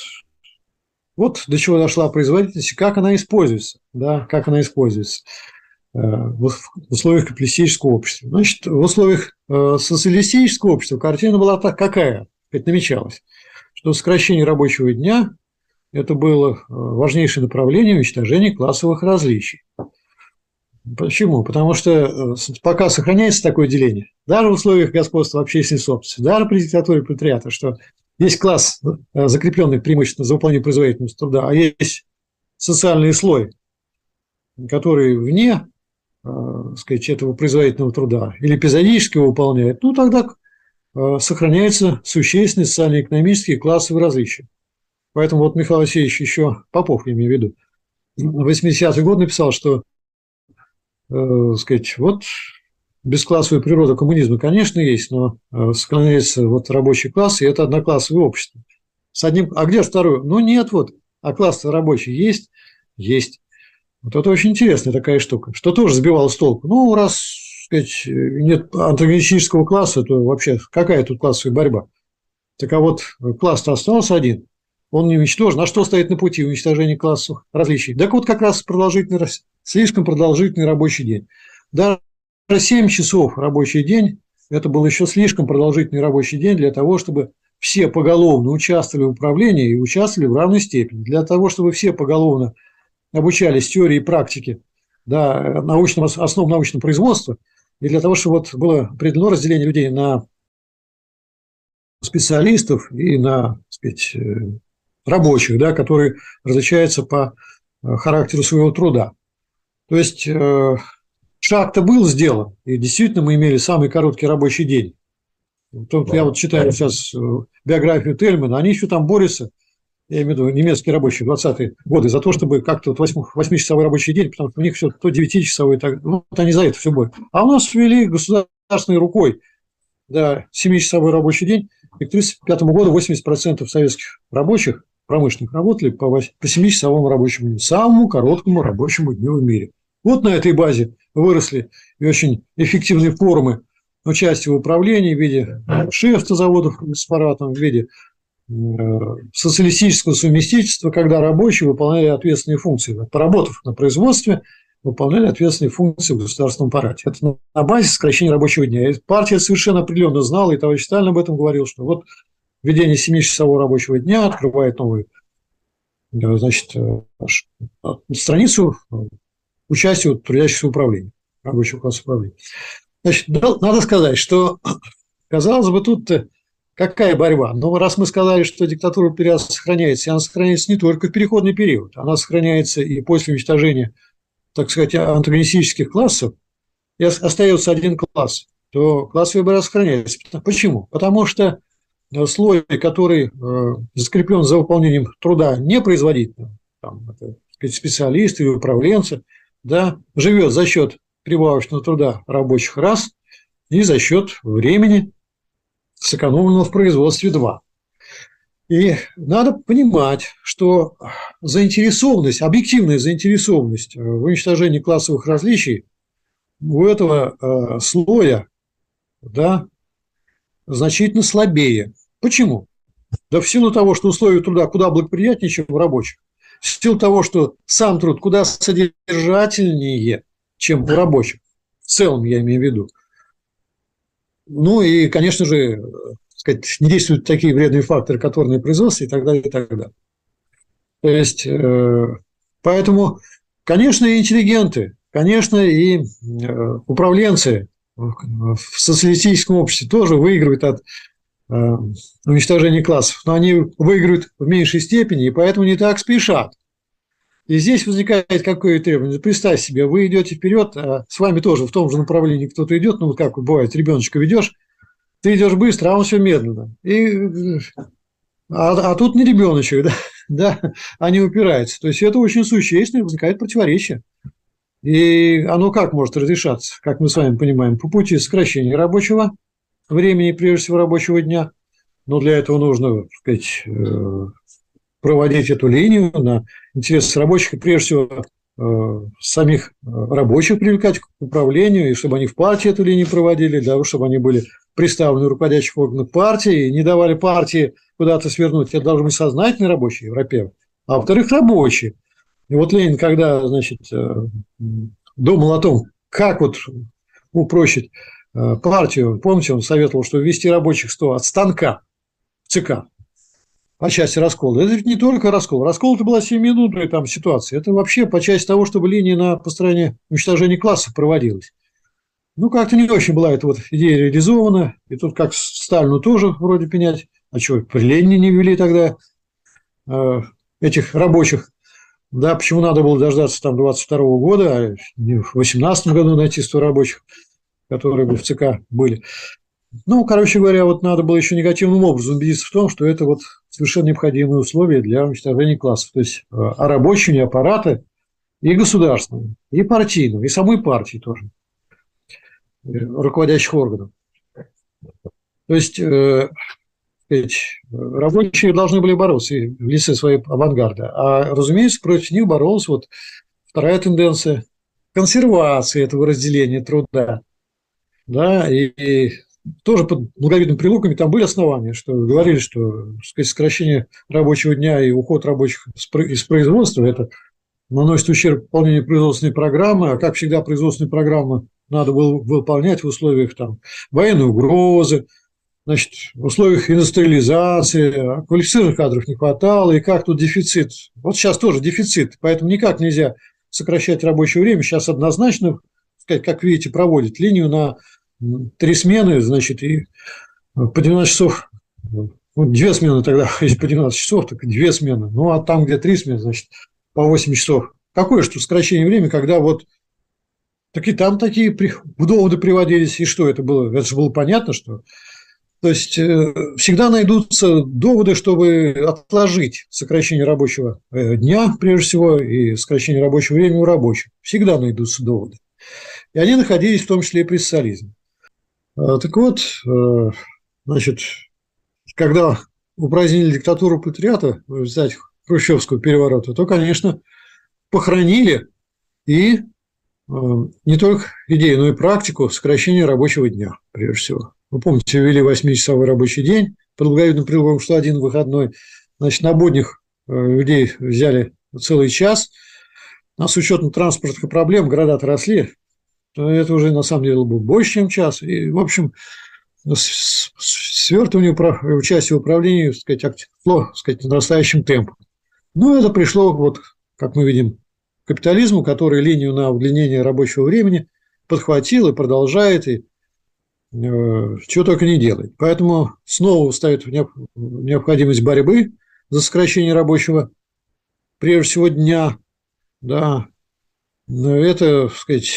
до чего дошла производительность и как она используется. Да, как она используется в условиях капиталистического общества. Значит, в условиях социалистического общества картина была какая? Это намечалась, что сокращение рабочего дня – это было важнейшее направление уничтожения классовых различий. Почему? Потому что пока сохраняется такое деление, даже в условиях господства общественной собственности, даже при диктатуре пролетариата, что есть класс, закрепленный преимущественно за выполнение производительности труда, а есть социальный слой, который вне, сказать, этого производительного труда или эпизодически его выполняет, ну, тогда сохраняются существенные социально-экономические и классовые различия. Поэтому вот Михаил Васильевич еще, Попов, я имею в виду, в 80-й год написал, что, сказать, вот бесклассовая природа коммунизма, конечно, есть, но сохраняется вот рабочий класс, и это одноклассовое общество. С одним, а где же второе? Ну, нет, вот, а класс-то рабочий есть, есть. Вот это очень интересная такая штука, что тоже сбивало с толку. Ну, раз, сказать, нет антагонистического класса, то вообще какая тут классовая борьба? Так а вот класс-то остался один, он не уничтожен. А что стоит на пути уничтожения классовых различий? Так вот как раз слишком продолжительный рабочий день. Даже 7 часов рабочий день – это был еще слишком продолжительный рабочий день для того, чтобы все поголовно участвовали в управлении и участвовали в равной степени. Для того, чтобы все поголовно обучались теории и практике, да, основам научного производства, и для того, чтобы вот было определено разделение людей на специалистов и на, так сказать, рабочих, да, которые различаются по характеру своего труда. То есть шаг-то был сделан, и действительно мы имели самый короткий рабочий день. Я вот читаю сейчас биографию Тельмана, они еще там борются, я имею в виду немецкие рабочие, 20-е годы, за то, чтобы как-то вот 8-часовой рабочий день, потому что у них все то 9-часовой, вот они за это все борются. А у нас ввели государственной рукой, да, 7-часовой рабочий день, и к 1935 году 80% советских рабочих, промышленных, работали по 7-часовому рабочему дню, самому короткому рабочему дню в мире. Вот на этой базе выросли и очень эффективные формы участия в управлении в виде шефства заводов с аппаратом, в виде социалистического совместительства, когда рабочие выполняли ответственные функции, поработав на производстве, выполняли ответственные функции в государственном аппарате. Это на базе сокращения рабочего дня. И партия совершенно определенно знала, и товарищ Сталин об этом говорил, что вот введение 7-часового рабочего дня открывает новую, значит, страницу участия в трудящихся управлении, рабочего класса управления. Значит, надо сказать, что, казалось бы, тут какая борьба? Но раз мы сказали, что диктатура пролетариата сохраняется, и она сохраняется не только в переходный период, она сохраняется и после уничтожения, так сказать, антагонистических классов, и остается один класс, то классовая борьба сохраняется. Почему? Потому что слой, который закреплен за выполнением труда непроизводительного, там, это, так сказать, специалисты или управленцы, да, живет за счет прибавочного труда рабочих раз и за счет времени, сэкономленного в производстве 2. И надо понимать, что заинтересованность, объективная заинтересованность в уничтожении классовых различий у этого слоя, да, значительно слабее. Почему? Да в силу того, что условия труда куда благоприятнее, чем у рабочих. В силу того, что сам труд куда содержательнее, чем у рабочих. В целом, я имею в виду. Ну и, конечно же, сказать, не действуют такие вредные факторы, как на производстве и так далее, и так далее. То есть, поэтому, конечно, и интеллигенты, конечно, и управленцы в социалистическом обществе тоже выигрывают от уничтожения классов, но они выигрывают в меньшей степени, и поэтому не так спешат. И здесь возникает какое требование. Представь себе, вы идете вперед, а с вами тоже в том же направлении кто-то идет, ну, как бывает, ребеночка ведешь, ты идешь быстро, а он все медленно. А тут не ребеночек, да, а не упирается. То есть это очень существенно, возникает противоречие. И оно как может разрешаться, как мы с вами понимаем, по пути сокращения рабочего времени, прежде всего рабочего дня. Но для этого нужно, так сказать, проводить эту линию на интерес рабочих, и прежде всего самих рабочих привлекать к управлению, и чтобы они в партии эту линию проводили, да, чтобы они были представлены в руководящих органах партии, и не давали партии куда-то свернуть. Это должны быть сознательные рабочие, во-первых, а во-вторых, рабочие. И вот Ленин, когда, значит, думал о том, как вот упрощить партию, помните, он советовал, что ввести рабочих 100 от станка в ЦК по части раскола. Это ведь не только раскол. Раскол – это была 7-минутная там ситуация. Это вообще по части того, чтобы линия на построение уничтожения классов проводилась. Ну, как-то не очень была эта вот идея реализована. И тут как Сталину тоже вроде пенять. А что, при Ленине не ввели тогда этих рабочих? Да, почему надо было дождаться там 22-го года, а не в 18-м году найти 100 рабочих, которые бы в ЦК были. Ну, короче говоря, вот надо было еще негативным образом убедиться в том, что это вот совершенно необходимые условия для уничтожения классов. То есть рабочие аппараты и государственные, и партийные, и самой партии тоже, руководящих органов. То есть рабочие должны были бороться в лице своей авангарда. А, разумеется, против них боролась вот вторая тенденция – консервации этого разделения труда. Да, и тоже под благовидными предлогами там были основания, что говорили, что, так сказать, сокращение рабочего дня и уход рабочих из производства – это наносит ущерб выполнению производственной программы, а, как всегда, производственную программу надо было выполнять в условиях там, военной угрозы, значит, в условиях индустриализации, квалифицированных кадров не хватало, и как тут дефицит. Вот сейчас тоже дефицит, поэтому никак нельзя сокращать рабочее время. Сейчас однозначно, как видите, проводят линию на 3 смены, значит, и по 12 часов, ну, 2 смены тогда, если по 12 часов, так 2 смены. Ну, а там, где 3 смены, значит, по 8 часов. Какое же тут сокращение времени, когда вот так и там такие доводы приводились, и что это было? Это же было понятно, что... То есть всегда найдутся доводы, чтобы отложить сокращение рабочего дня, прежде всего, и сокращение рабочего времени у рабочих. Всегда найдутся доводы. И они находились в том числе и при социализме. Так вот, значит, когда упразднили диктатуру пролетариата в результате хрущевского переворота, то, конечно, похоронили и не только идею, но и практику сокращения рабочего дня, прежде всего. Вы помните, ввели 8-часовой рабочий день под благовидным предлогом, что один выходной. Значит, на будних людей взяли целый час. А с учетом транспортных проблем города-то росли, то это уже на самом деле был больше, чем час. И, в общем, свертывание участия в управлении, так сказать, шло, так сказать, нарастающим темпом. Ну, это пришло, вот, как мы видим, к капитализму, который линию на удлинение рабочего времени подхватил и продолжает, и чего только не делает. Поэтому снова встает необходимость борьбы за сокращение рабочего, прежде всего, дня. Да. Но это, так сказать,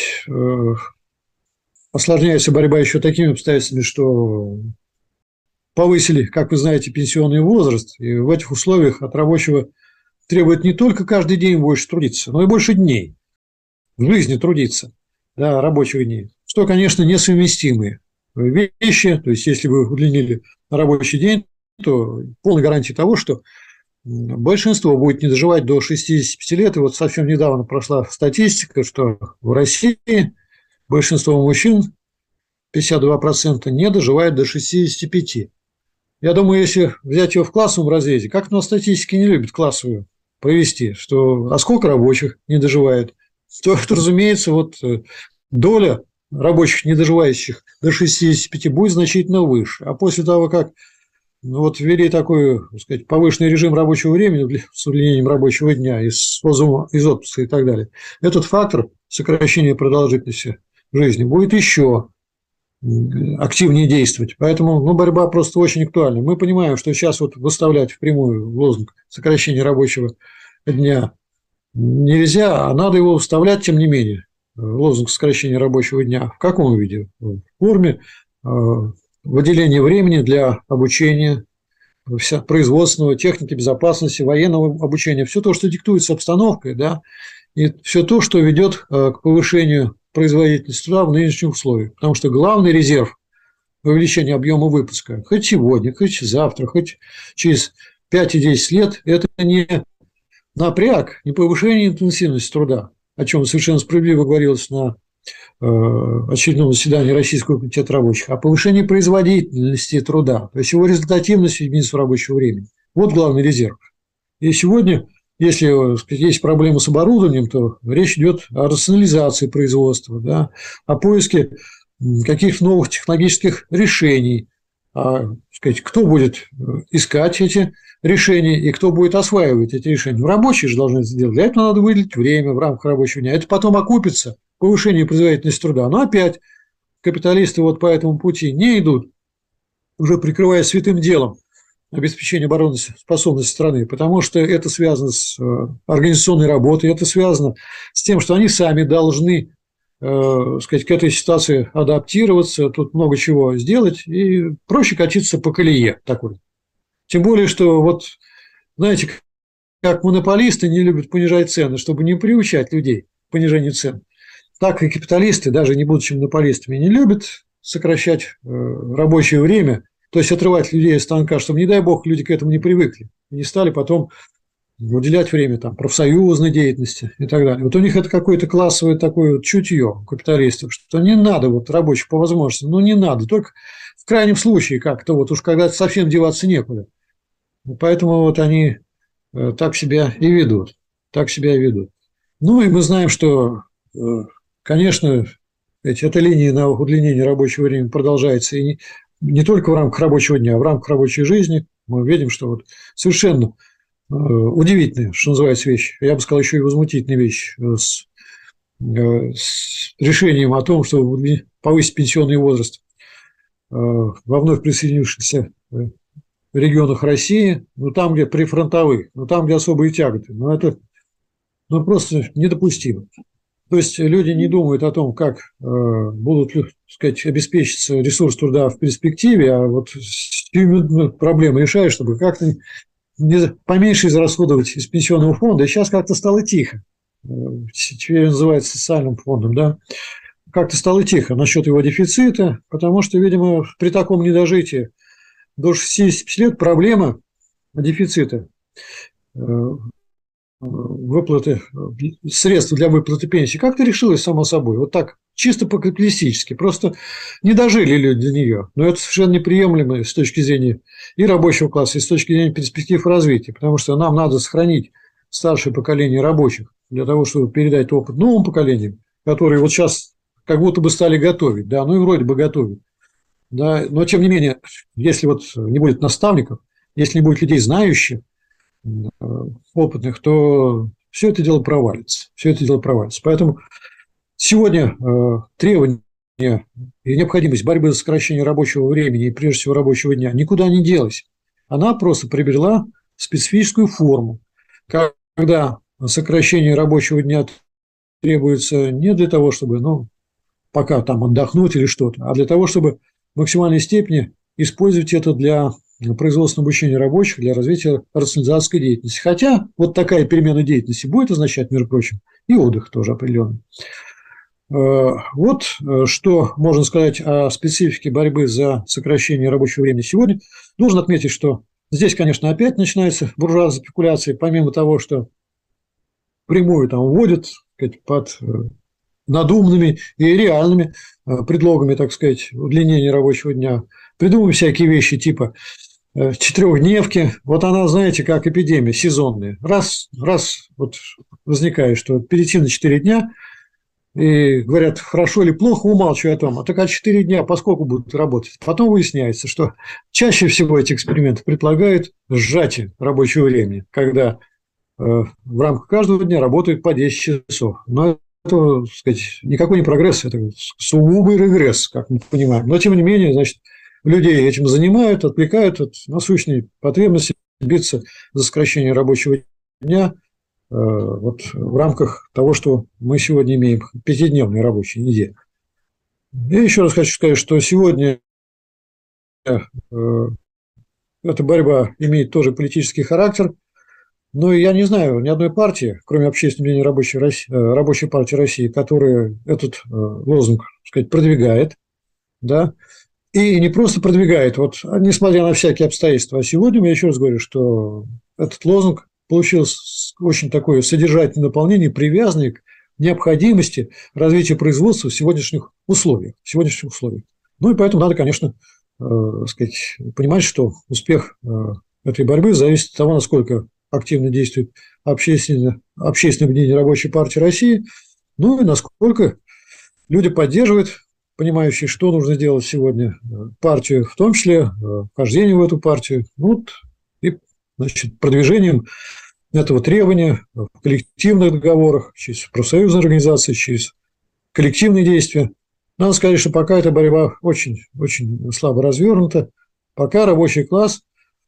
осложняется борьба еще такими обстоятельствами, что повысили, как вы знаете, пенсионный возраст, и в этих условиях от рабочего требует не только каждый день больше трудиться, но и больше дней в жизни трудиться, да, рабочих дней, что, конечно, несовместимые вещи. То есть, если вы удлинили рабочий день, то полной гарантии того, что большинство будет не доживать до 65 лет. И вот совсем недавно прошла статистика, что в России большинство мужчин, 52%, не доживает до 65. Я думаю, если взять его в классовом разрезе, как у нас статистики не любят классовую провести, что а сколько рабочих не доживает, то, разумеется, вот доля рабочих, не доживающих до 65, будет значительно выше. А после того, как вот ввели такой, так сказать, повышенный режим рабочего времени с удлинением рабочего дня, из отпуска и так далее, этот фактор сокращения продолжительности жизни будет еще активнее действовать. Поэтому борьба просто очень актуальна. Мы понимаем, что сейчас вот выставлять впрямую лозунг сокращения рабочего дня нельзя, а надо его вставлять, тем не менее, лозунг сокращения рабочего дня. В каком виде? В форме выделения времени для обучения, производственного, техники безопасности, военного обучения. Все то, что диктуется обстановкой, да, и все то, что ведет к повышению производительности труда в нынешних условиях. Потому что главный резерв увеличения объема выпуска хоть сегодня, хоть завтра, хоть через 5 и 10 лет – это не напряг, не повышение интенсивности труда, о чем совершенно справедливо говорилось на очередном заседании Российского комитета рабочих, а повышение производительности труда, то есть его результативность единицу рабочего времени. Вот главный резерв. И сегодня, если есть проблемы с оборудованием, то речь идет о рационализации производства, да, о поиске каких-то новых технологических решений, кто будет искать эти решения и кто будет осваивать эти решения. Рабочие же должны это сделать. Для этого надо выделить время в рамках рабочего дня. Это потом окупится повышение производительности труда. Но опять капиталисты вот по этому пути не идут, уже прикрываясь святым делом обеспечения обороноспособности страны, потому что это связано с организационной работой, это связано с тем, что они сами должны к этой ситуации адаптироваться, тут много чего сделать, и проще катиться по колее такой. Тем более, что вот, знаете, как монополисты не любят понижать цены, чтобы не приучать людей к понижению цен, так и капиталисты, даже не будучи монополистами, не любят сокращать рабочее время, то есть отрывать людей от станка, чтобы, не дай бог, люди к этому не привыкли и не стали потом уделять время там, профсоюзной деятельности и так далее. Вот у них это какое-то классовое такое вот чутье капиталистов, что не надо вот рабочих по возможности, ну не надо, только в крайнем случае как-то вот уж когда совсем деваться некуда. Поэтому вот они так себя и ведут, так себя и ведут. Ну и мы знаем, что, конечно, эта линия на удлинение рабочего времени продолжается и не только в рамках рабочего дня, а в рамках рабочей жизни. Мы видим, что вот совершенно удивительные, что называется, вещи, я бы сказал, еще и возмутительные вещи с решением о том, что повысить пенсионный возраст во вновь присоединившихся регионах России, ну, там, где прифронтовых, ну, там, где особые тяготы. Ну, это просто недопустимо. То есть люди не думают о том, как будут, так сказать, обеспечиться ресурс труда в перспективе, а вот проблемы решают, чтобы как-то поменьше израсходовать из пенсионного фонда. И сейчас как-то стало тихо. Теперь называется социальным фондом, да. Как-то стало тихо насчет его дефицита, потому что, видимо, при таком недожитии до 65 лет проблема дефицита выплаты средств для выплаты пенсии как-то решилась само собой. Вот так, чисто по-капиталистически. Просто не дожили люди до нее. Но это совершенно неприемлемо с точки зрения и рабочего класса, и с точки зрения перспектив развития. Потому что нам надо сохранить старшее поколение рабочих для того, чтобы передать опыт новым поколениям, которые вот сейчас как будто бы стали готовить. Да, ну и вроде бы готовят. Да, но тем не менее, если вот не будет наставников, если не будет людей знающих, опытных, то все это дело провалится. Все это дело провалится. Поэтому сегодня требования и необходимость борьбы за сокращение рабочего времени и, прежде всего, рабочего дня никуда не делась. Она просто приобрела специфическую форму, когда сокращение рабочего дня требуется не для того, чтобы, пока там отдохнуть или что-то, а для того, чтобы в максимальной степени использовать это для производственного обучения рабочих, для развития рационализации деятельности. Хотя вот такая перемена деятельности будет означать, между прочим, и отдых тоже определенный. Вот что можно сказать о специфике борьбы за сокращение рабочего времени сегодня. Нужно отметить, что здесь, конечно, опять начинается буржуазная спекуляция, помимо того, что прямую там вводят под надуманными и реальными предлогами, так сказать, удлинения рабочего дня. Придумываем всякие вещи типа четырехдневки. Вот она, знаете, как эпидемия сезонная. Раз вот возникает, что перейти на 4 дня, и говорят, хорошо или плохо, умалчивая о том, а так 4 дня поскольку будут работать. Потом выясняется, что чаще всего эти эксперименты предлагают сжатие рабочего времени, когда в рамках каждого дня работают по 10 часов. Но это, так сказать, никакой не прогресс, это сугубый регресс, как мы понимаем. Но, тем не менее, значит, людей этим занимают, отвлекают от насущной потребности биться за сокращение рабочего дня вот в рамках того, что мы сегодня имеем, 5-дневной рабочей недели. Я еще раз хочу сказать, что сегодня эта борьба имеет тоже политический характер. Ну, я не знаю ни одной партии, кроме Общественного мнения Рабочей партии России, которая этот лозунг, так сказать, продвигает, да, и не просто продвигает, вот, несмотря на всякие обстоятельства. А сегодня я еще раз говорю, что этот лозунг получил очень такое содержательное наполнение, привязанное к необходимости развития производства в сегодняшних условиях. Ну и поэтому надо, конечно, сказать, понимать, что успех этой борьбы зависит от того, насколько активно действует общественное мнение Рабочей партии России, ну и насколько люди поддерживают, понимающие, что нужно делать сегодня, партию, в том числе вхождение в эту партию, ну, вот, и, значит, продвижением этого требования в коллективных договорах, через профсоюзные организации, через коллективные действия. Надо сказать, что пока эта борьба очень, очень слабо развернута, пока рабочий класс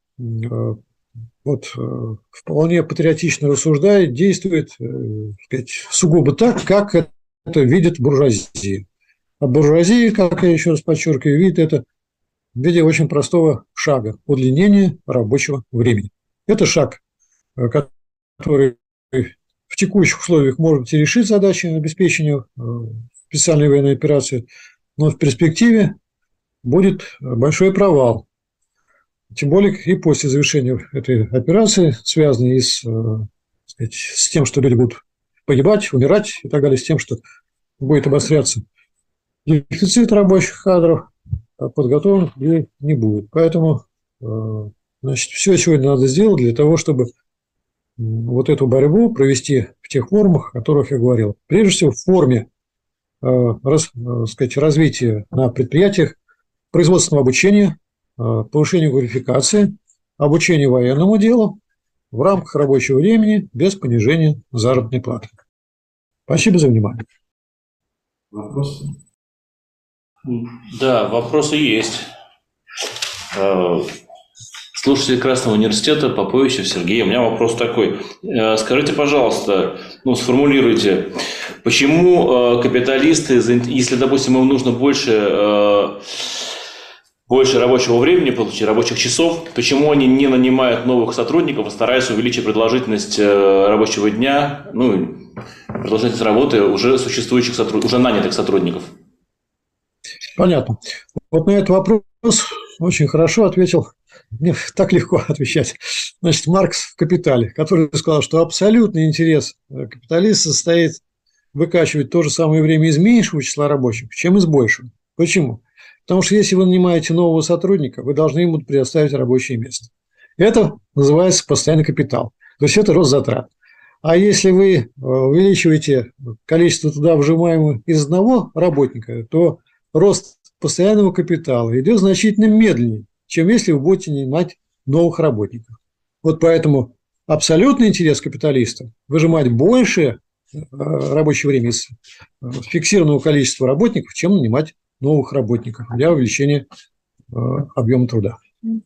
вот, вполне патриотично рассуждает, действует, сказать, сугубо так, как это видит буржуазия. А буржуазия, как я еще раз подчеркиваю, видит это в виде очень простого шага – удлинения рабочего времени. Это шаг, который в текущих условиях может решить задачи обеспечения специальной военной операции, но в перспективе будет большой провал. Тем более и после завершения этой операции, связанной с тем, что люди будут погибать, умирать и так далее, с тем, что будет обостряться дефицит рабочих кадров, подготовленных людей не будет. Поэтому, значит, все сегодня надо сделать для того, чтобы вот эту борьбу провести в тех формах, о которых я говорил. Прежде всего, в форме сказать, развития на предприятиях производственного обучения, повышения квалификации, обучения военному делу в рамках рабочего времени без понижения заработной платы. Спасибо за внимание. Вопросы? Да, вопросы есть. Слушатель Красного университета Поповичев Сергей. У меня вопрос такой. Скажите, пожалуйста, сформулируйте, почему капиталисты, если, допустим, им нужно больше рабочего времени, получить рабочих часов, почему они не нанимают новых сотрудников, а стараются увеличить продолжительность рабочего дня, продолжительность работы уже существующих уже нанятых сотрудников? Понятно. Вот на этот вопрос очень хорошо ответил, мне так легко отвечать, значит, Маркс в «Капитале», который сказал, что абсолютный интерес капиталиста состоит выкачивать то же самое время из меньшего числа рабочих, чем из большего. Почему? Потому что если вы нанимаете нового сотрудника, вы должны ему предоставить рабочее место. Это называется постоянный капитал. То есть это рост затрат. А если вы увеличиваете количество туда вжимаемого из одного работника, то рост постоянного капитала идет значительно медленнее, чем если вы будете нанимать новых работников. Вот поэтому абсолютный интерес капиталиста – выжимать больше рабочее время из фиксированного количества работников, чем нанимать новых работников для увеличения объема труда.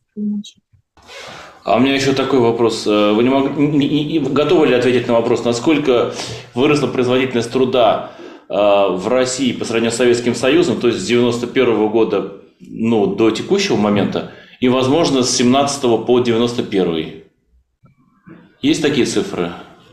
А у меня еще такой вопрос. Вы готовы ли ответить на вопрос, насколько выросла производительность труда в России по сравнению с Советским Союзом, то есть с 1991 года до текущего момента, и, возможно, с 1917 по 1991? Есть такие цифры?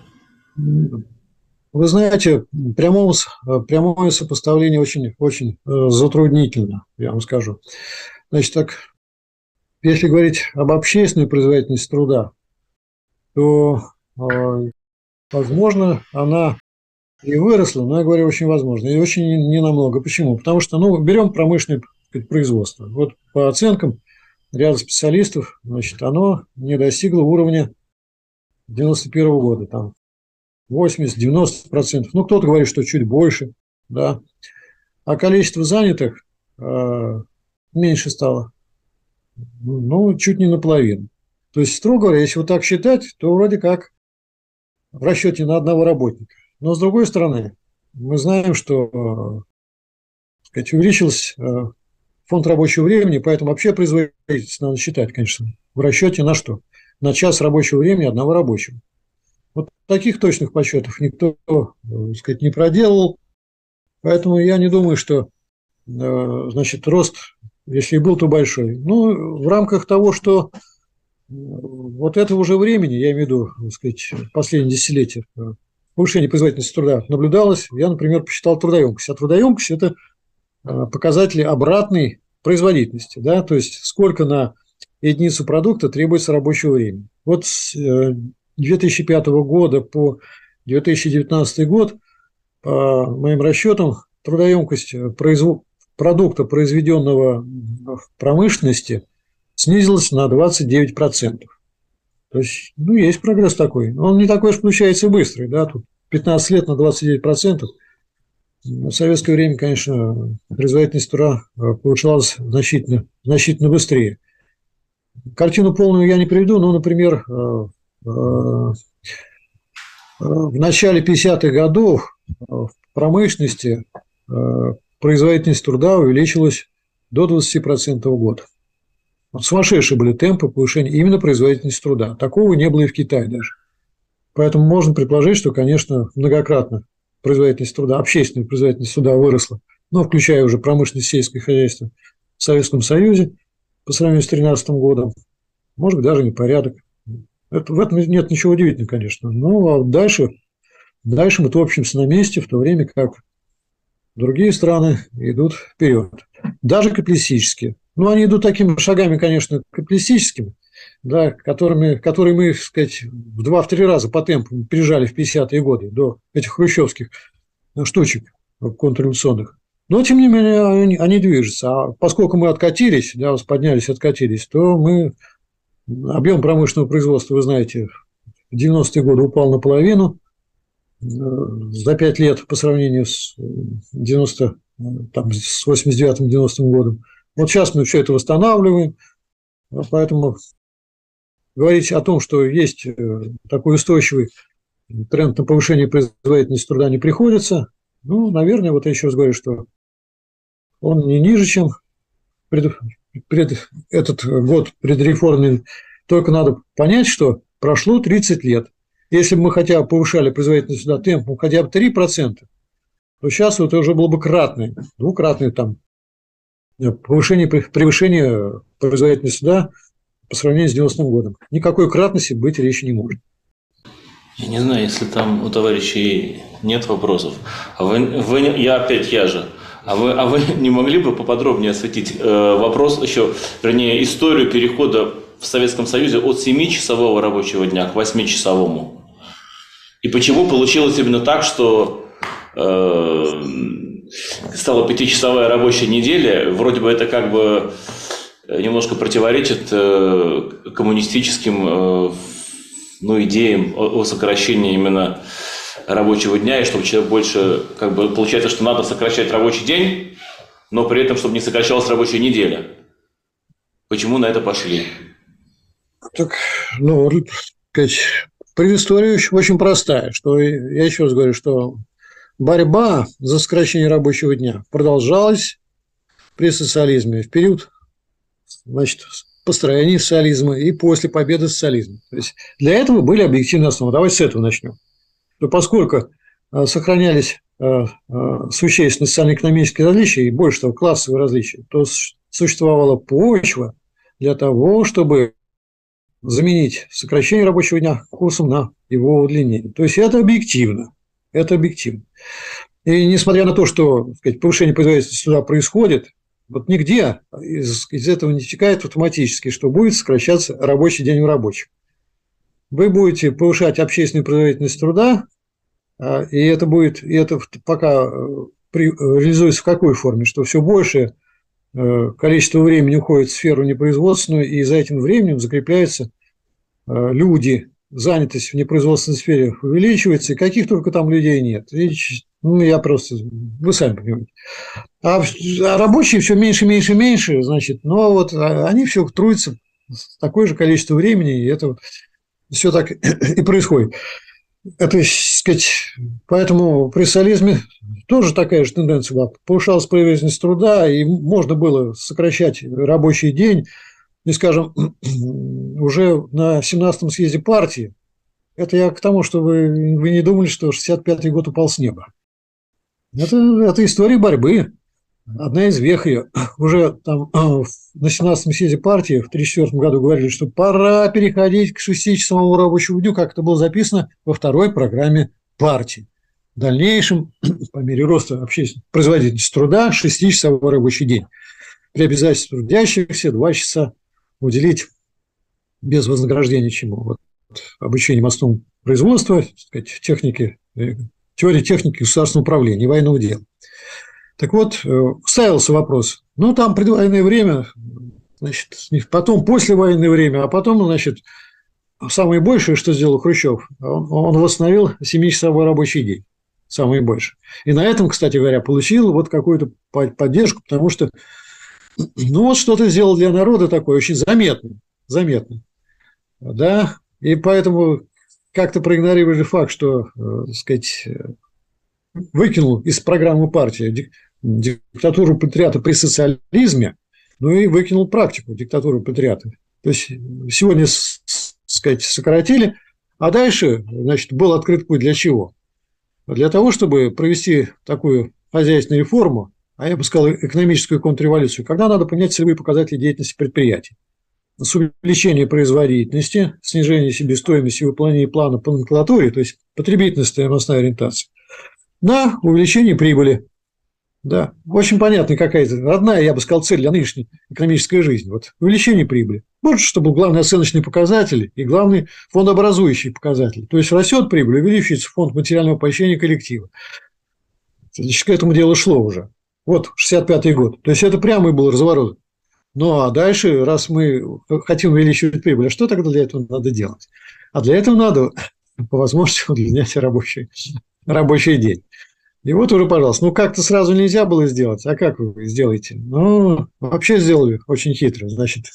Вы знаете, прямое сопоставление очень, очень затруднительно, я вам скажу. Значит, так, если говорить об общественной производительности труда, то, возможно, она и выросла, но я говорю, очень возможно, и очень ненамного. Почему? Потому что, берем промышленное производство. Вот по оценкам ряда специалистов, значит, оно не достигло уровня 91 года, там 80-90%. Кто-то говорит, что чуть больше, да. А количество занятых меньше стало, чуть не наполовину. То есть, строго говоря, если вот так считать, то вроде как в расчете на одного работника. Но, с другой стороны, мы знаем, что увеличился фонд рабочего времени, поэтому вообще производительность надо считать, конечно, в расчете на что? На час рабочего времени одного рабочего. Вот таких точных подсчетов никто, не проделал, поэтому я не думаю, что, значит, рост, если и был, то большой. В рамках того, что вот этого уже времени, я имею в виду, так сказать, последние десятилетия, повышение производительности труда наблюдалось. Я, например, посчитал трудоемкость. А трудоемкость – это показатели обратной производительности, да, то есть сколько на единицу продукта требуется рабочего времени. Вот с 2005 года по 2019 год, по моим расчетам, трудоемкость продукта, произведенного в промышленности, снизилась на 29%. То есть, есть прогресс такой. Он не такой уж получается быстрый, да, тут 15 лет на 29%. В советское время, конечно, производительность труда повышалась значительно быстрее. Картину полную я не приведу, но, например, в начале 50-х годов в промышленности производительность труда увеличилась до 20% в год. Вот сумасшедшие были темпы повышения именно производительности труда. Такого не было и в Китае даже. Поэтому можно предположить, что, конечно, многократно производительность труда, общественная производительность труда выросла, включая уже промышленность, сельское хозяйство в Советском Союзе по сравнению с 2013 годом. Может быть, даже непорядок. В этом нет ничего удивительного, конечно. А дальше мы топчемся на месте, в то время как другие страны идут вперед. Даже капиталистические. Они идут такими шагами, конечно, капиталистическими, да, которые мы, так сказать, в 2-3 раза по темпу пережали в 50-е годы до этих хрущевских штучек контрреволюционных. Но, тем не менее, они движутся. А поскольку мы откатились, да, откатились, то объем промышленного производства, вы знаете, в 90-е годы упал наполовину за 5 лет по сравнению с 89-90 годом. Вот сейчас мы все это восстанавливаем, поэтому говорить о том, что есть такой устойчивый тренд на повышение производительности труда, не приходится. Наверное, вот я еще раз говорю, что он не ниже, чем этот год предреформенный. Только надо понять, что прошло 30 лет. Если бы мы хотя бы повышали производительность труда темпом хотя бы 3%, то сейчас это уже было бы двукратное превышение производительности труда по сравнению с 90-м годом. Никакой кратности быть речи не может. Я не знаю, если там у товарищей нет вопросов. А вы не могли бы поподробнее осветить вопрос еще, вернее, историю перехода в Советском Союзе от 7-часового рабочего дня к 8-часовому? И почему получилось именно так, что стала 5-часовая рабочая неделя? Вроде бы это как бы немножко противоречит коммунистическим идеям о сокращении именно рабочего дня, и чтобы человек больше, получается, что надо сокращать рабочий день, но при этом, чтобы не сокращалась рабочая неделя. Почему на это пошли? Предыстория очень простая, что я еще раз говорю, что борьба за сокращение рабочего дня продолжалась при социализме в период, построения социализма и после победы социализма. То есть для этого были объективные основы. Давайте с этого начнем. Поскольку сохранялись существенные социально-экономические различия и, больше того, классовые различия, то существовала почва для того, чтобы заменить сокращение рабочего дня курсом на его удлинение. То есть это объективно. И несмотря на то, что, повышение производительности труда происходит, вот нигде из этого не вытекает автоматически, что будет сокращаться рабочий день у рабочих. Вы будете повышать общественную производительность труда, и это пока реализуется в какой форме, что все большее количество времени уходит в сферу непроизводственную, и за этим временем закрепляются люди, занятость в непроизводственной сфере увеличивается, и каких только там людей нет. Вы сами понимаете. А рабочие все меньше, они все трудятся такое же количество времени, и это все так и происходит. Это, поэтому при социализме тоже такая же тенденция была. Повышалась производительность труда, и можно было сокращать рабочий день. И, скажем, уже на 17-м съезде партии, это я к тому, что вы не думали, что 65-й год упал с неба. Это история борьбы. одна из вех ее, уже там на 17-м съезде партии в 1934 году говорили, что пора переходить к 6-часовому рабочему дню, как это было записано во второй программе партии. В дальнейшем, по мере роста общественной производительности труда, 6-часовой рабочий день. При обязательстве трудящихся 2 часа уделить без вознаграждения чему? Вот, обучение мостовому производству, техники, теории техники государственного управления и военного дела. Так вот, ставился вопрос, ну, там предвоенное время, значит, потом послевоенное время, а потом, значит, самое большее, что сделал Хрущев, он восстановил 7-часовой рабочий день, самое большее. И на этом, кстати говоря, получил вот какую-то поддержку, потому что, ну, вот что-то сделал для народа такое очень заметное, да, и поэтому как-то проигнорировали факт, что, так сказать, выкинул из программы партии диктатуру пролетариата при социализме, ну и выкинул практику диктатуры пролетариата. То есть сегодня, сказать, сократили, а дальше, значит, был открыт путь для чего? Для того, чтобы провести такую хозяйственную реформу, а я бы сказал, экономическую контрреволюцию, когда надо понять целевые показатели деятельности предприятий. С увеличением производительности, снижение себестоимости и выполнение плана по номенклатуре, то есть потребительная стоимостная ориентация, на увеличение прибыли. Да, очень понятная какая-то родная, я бы сказал, цель для нынешней экономической жизни. Вот увеличение прибыли. Больше, чтобы был главный оценочный показатель и главный фондообразующий показатель. То есть растет прибыль, увеличивается фонд материального поощрения коллектива. Значит, к этому делу шло уже. Вот 65-й год. То есть это прямый был разворот. Ну, а дальше, раз мы хотим увеличивать прибыль, а что тогда для этого надо делать? А для этого надо, по возможности, удлинять рабочий день. И вот уже, пожалуйста, ну, как-то сразу нельзя было сделать, а как вы сделаете? Ну, вообще сделали очень хитро. Значит,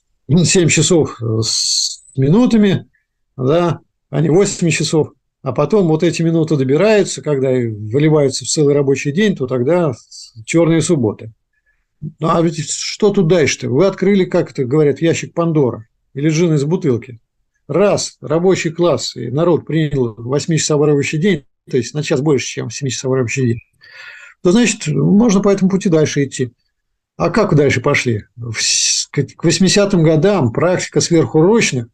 7 часов с минутами, да, а не 8 часов. А потом вот эти минуты добираются, когда выливаются в целый рабочий день, то тогда черные субботы. Ну, а ведь что тут дальше-то? Вы открыли, как это говорят, ящик Пандоры или джин из бутылки. Раз рабочий класс и народ принял 8-часовой рабочий день, то есть на час больше, чем 7-часовой рабочий день, то, значит, можно по этому пути дальше идти. А как дальше пошли? К 80-м годам практика сверхурочных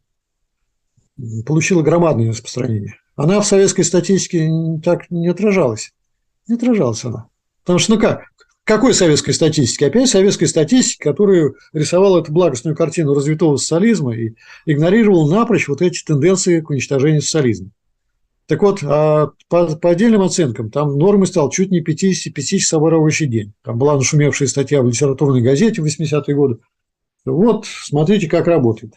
получила громадное распространение. Она в советской статистике так не отражалась. Не отражалась она. Потому что, ну как? Какой советской статистики? Опять советской статистики, которая рисовала эту благостную картину развитого социализма и игнорировала напрочь вот эти тенденции к уничтожению социализма. Так вот, по отдельным оценкам, там нормой стал чуть не 5-часовой рабочий день. Там была нашумевшая статья в литературной газете в 80-е годы. Вот, смотрите, как работает.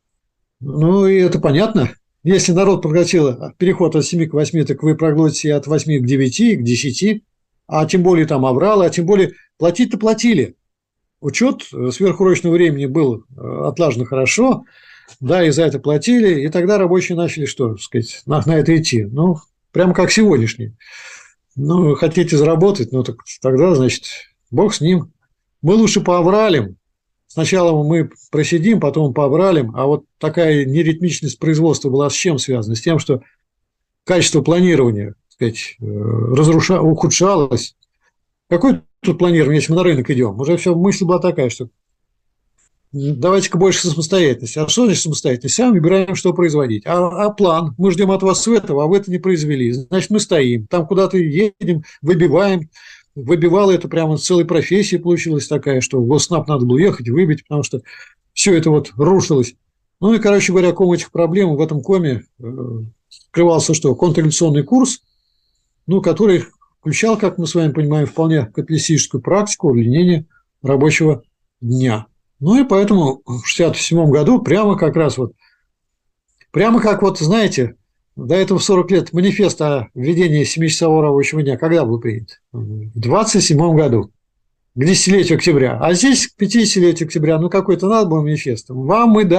Ну, и это понятно. Если народ проглотил переход от 7 к 8, так вы проглотите от 8 к 9, к 10, а тем более там овралы, а тем более платить-то платили. Учет сверхурочного времени был отлажен хорошо, да, и за это платили, и тогда рабочие начали, что сказать, на это идти. Ну, прямо как сегодняшний. Ну, хотите заработать, ну, так тогда, значит, бог с ним. Мы лучше поовралим. Сначала мы просидим, потом поовралим, а вот такая неритмичность производства была с чем связана? С тем, что качество планирования, так сказать, ухудшалось. Какое тут планирование, если мы на рынок идем? Уже все мысль была такая, что давайте-ка больше самостоятельности. А что значит самостоятельность? Сами выбираем, что производить. А план? Мы ждем от вас этого, а вы это не произвели. Значит, мы стоим. Там куда-то едем, выбиваем. Выбивало это прямо с целой профессии получилась такая, что в Госнаб надо было ехать, выбить, потому что все это вот рушилось. Ну и, короче говоря, ком этих проблем в этом коме скрывался что? Контрреволюционный курс, ну, который включал, как мы с вами понимаем, вполне капиталистическую практику удлинения рабочего дня. Ну и поэтому в 1967 году прямо как раз вот, прямо как вот, знаете, до этого 40 лет манифест о введении 7-часового рабочего дня когда был принят? В 1927 году, к 10-летию октября. А здесь к 50-летию октября, ну какой-то надо был манифест. Вам мы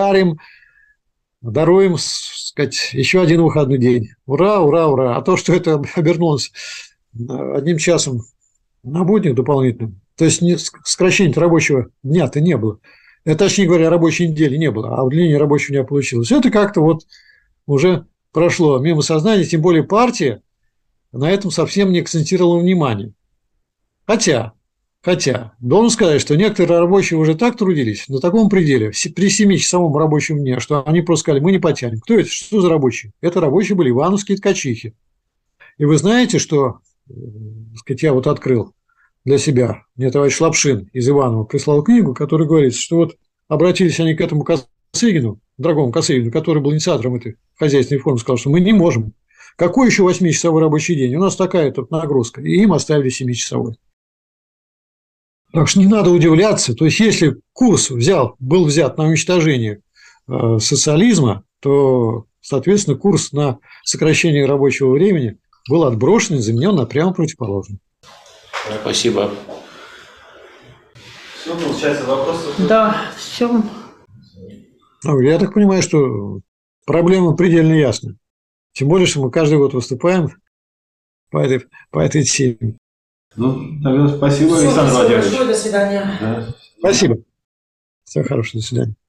даруем, сказать, еще один выходной день. Ура, ура, ура. А то, что это обернулось одним часом на буднях дополнительным, то есть сокращения рабочего дня-то не было. Точнее говоря, рабочей недели не было, а удлинение рабочего дня получилось. Это как-то вот уже прошло мимо сознания, тем более партия на этом совсем не акцентировала внимание. Хотя Хотя, должен сказать, что некоторые рабочие уже так трудились, на таком пределе, при 7-часовом рабочем дне, что они просто сказали, мы не потянем. Кто это? Что за рабочие? Это рабочие были ивановские ткачихи. И вы знаете, что, так сказать, я вот открыл для себя, мне товарищ Лапшин из Иванова прислал книгу, которая говорит, что вот обратились они к этому Косыгину, дорогому Косыгину, который был инициатором этой хозяйственной формы, сказал, что мы не можем. Какой еще 8-часовой рабочий день? У нас такая тут нагрузка. И им оставили 7-часовой. Так что не надо удивляться. То есть, если курс был взят на уничтожение социализма, то, соответственно, курс на сокращение рабочего времени был отброшен и заменен на прямо противоположный. Спасибо. Все, получается, вопросы? Да, все. Я так понимаю, что проблема предельно ясна. Тем более, что мы каждый год выступаем по этой теме. Ну, тогда спасибо, Александр Владимирович. Большое, до свидания. Да. Спасибо. Всего хорошего. До свидания.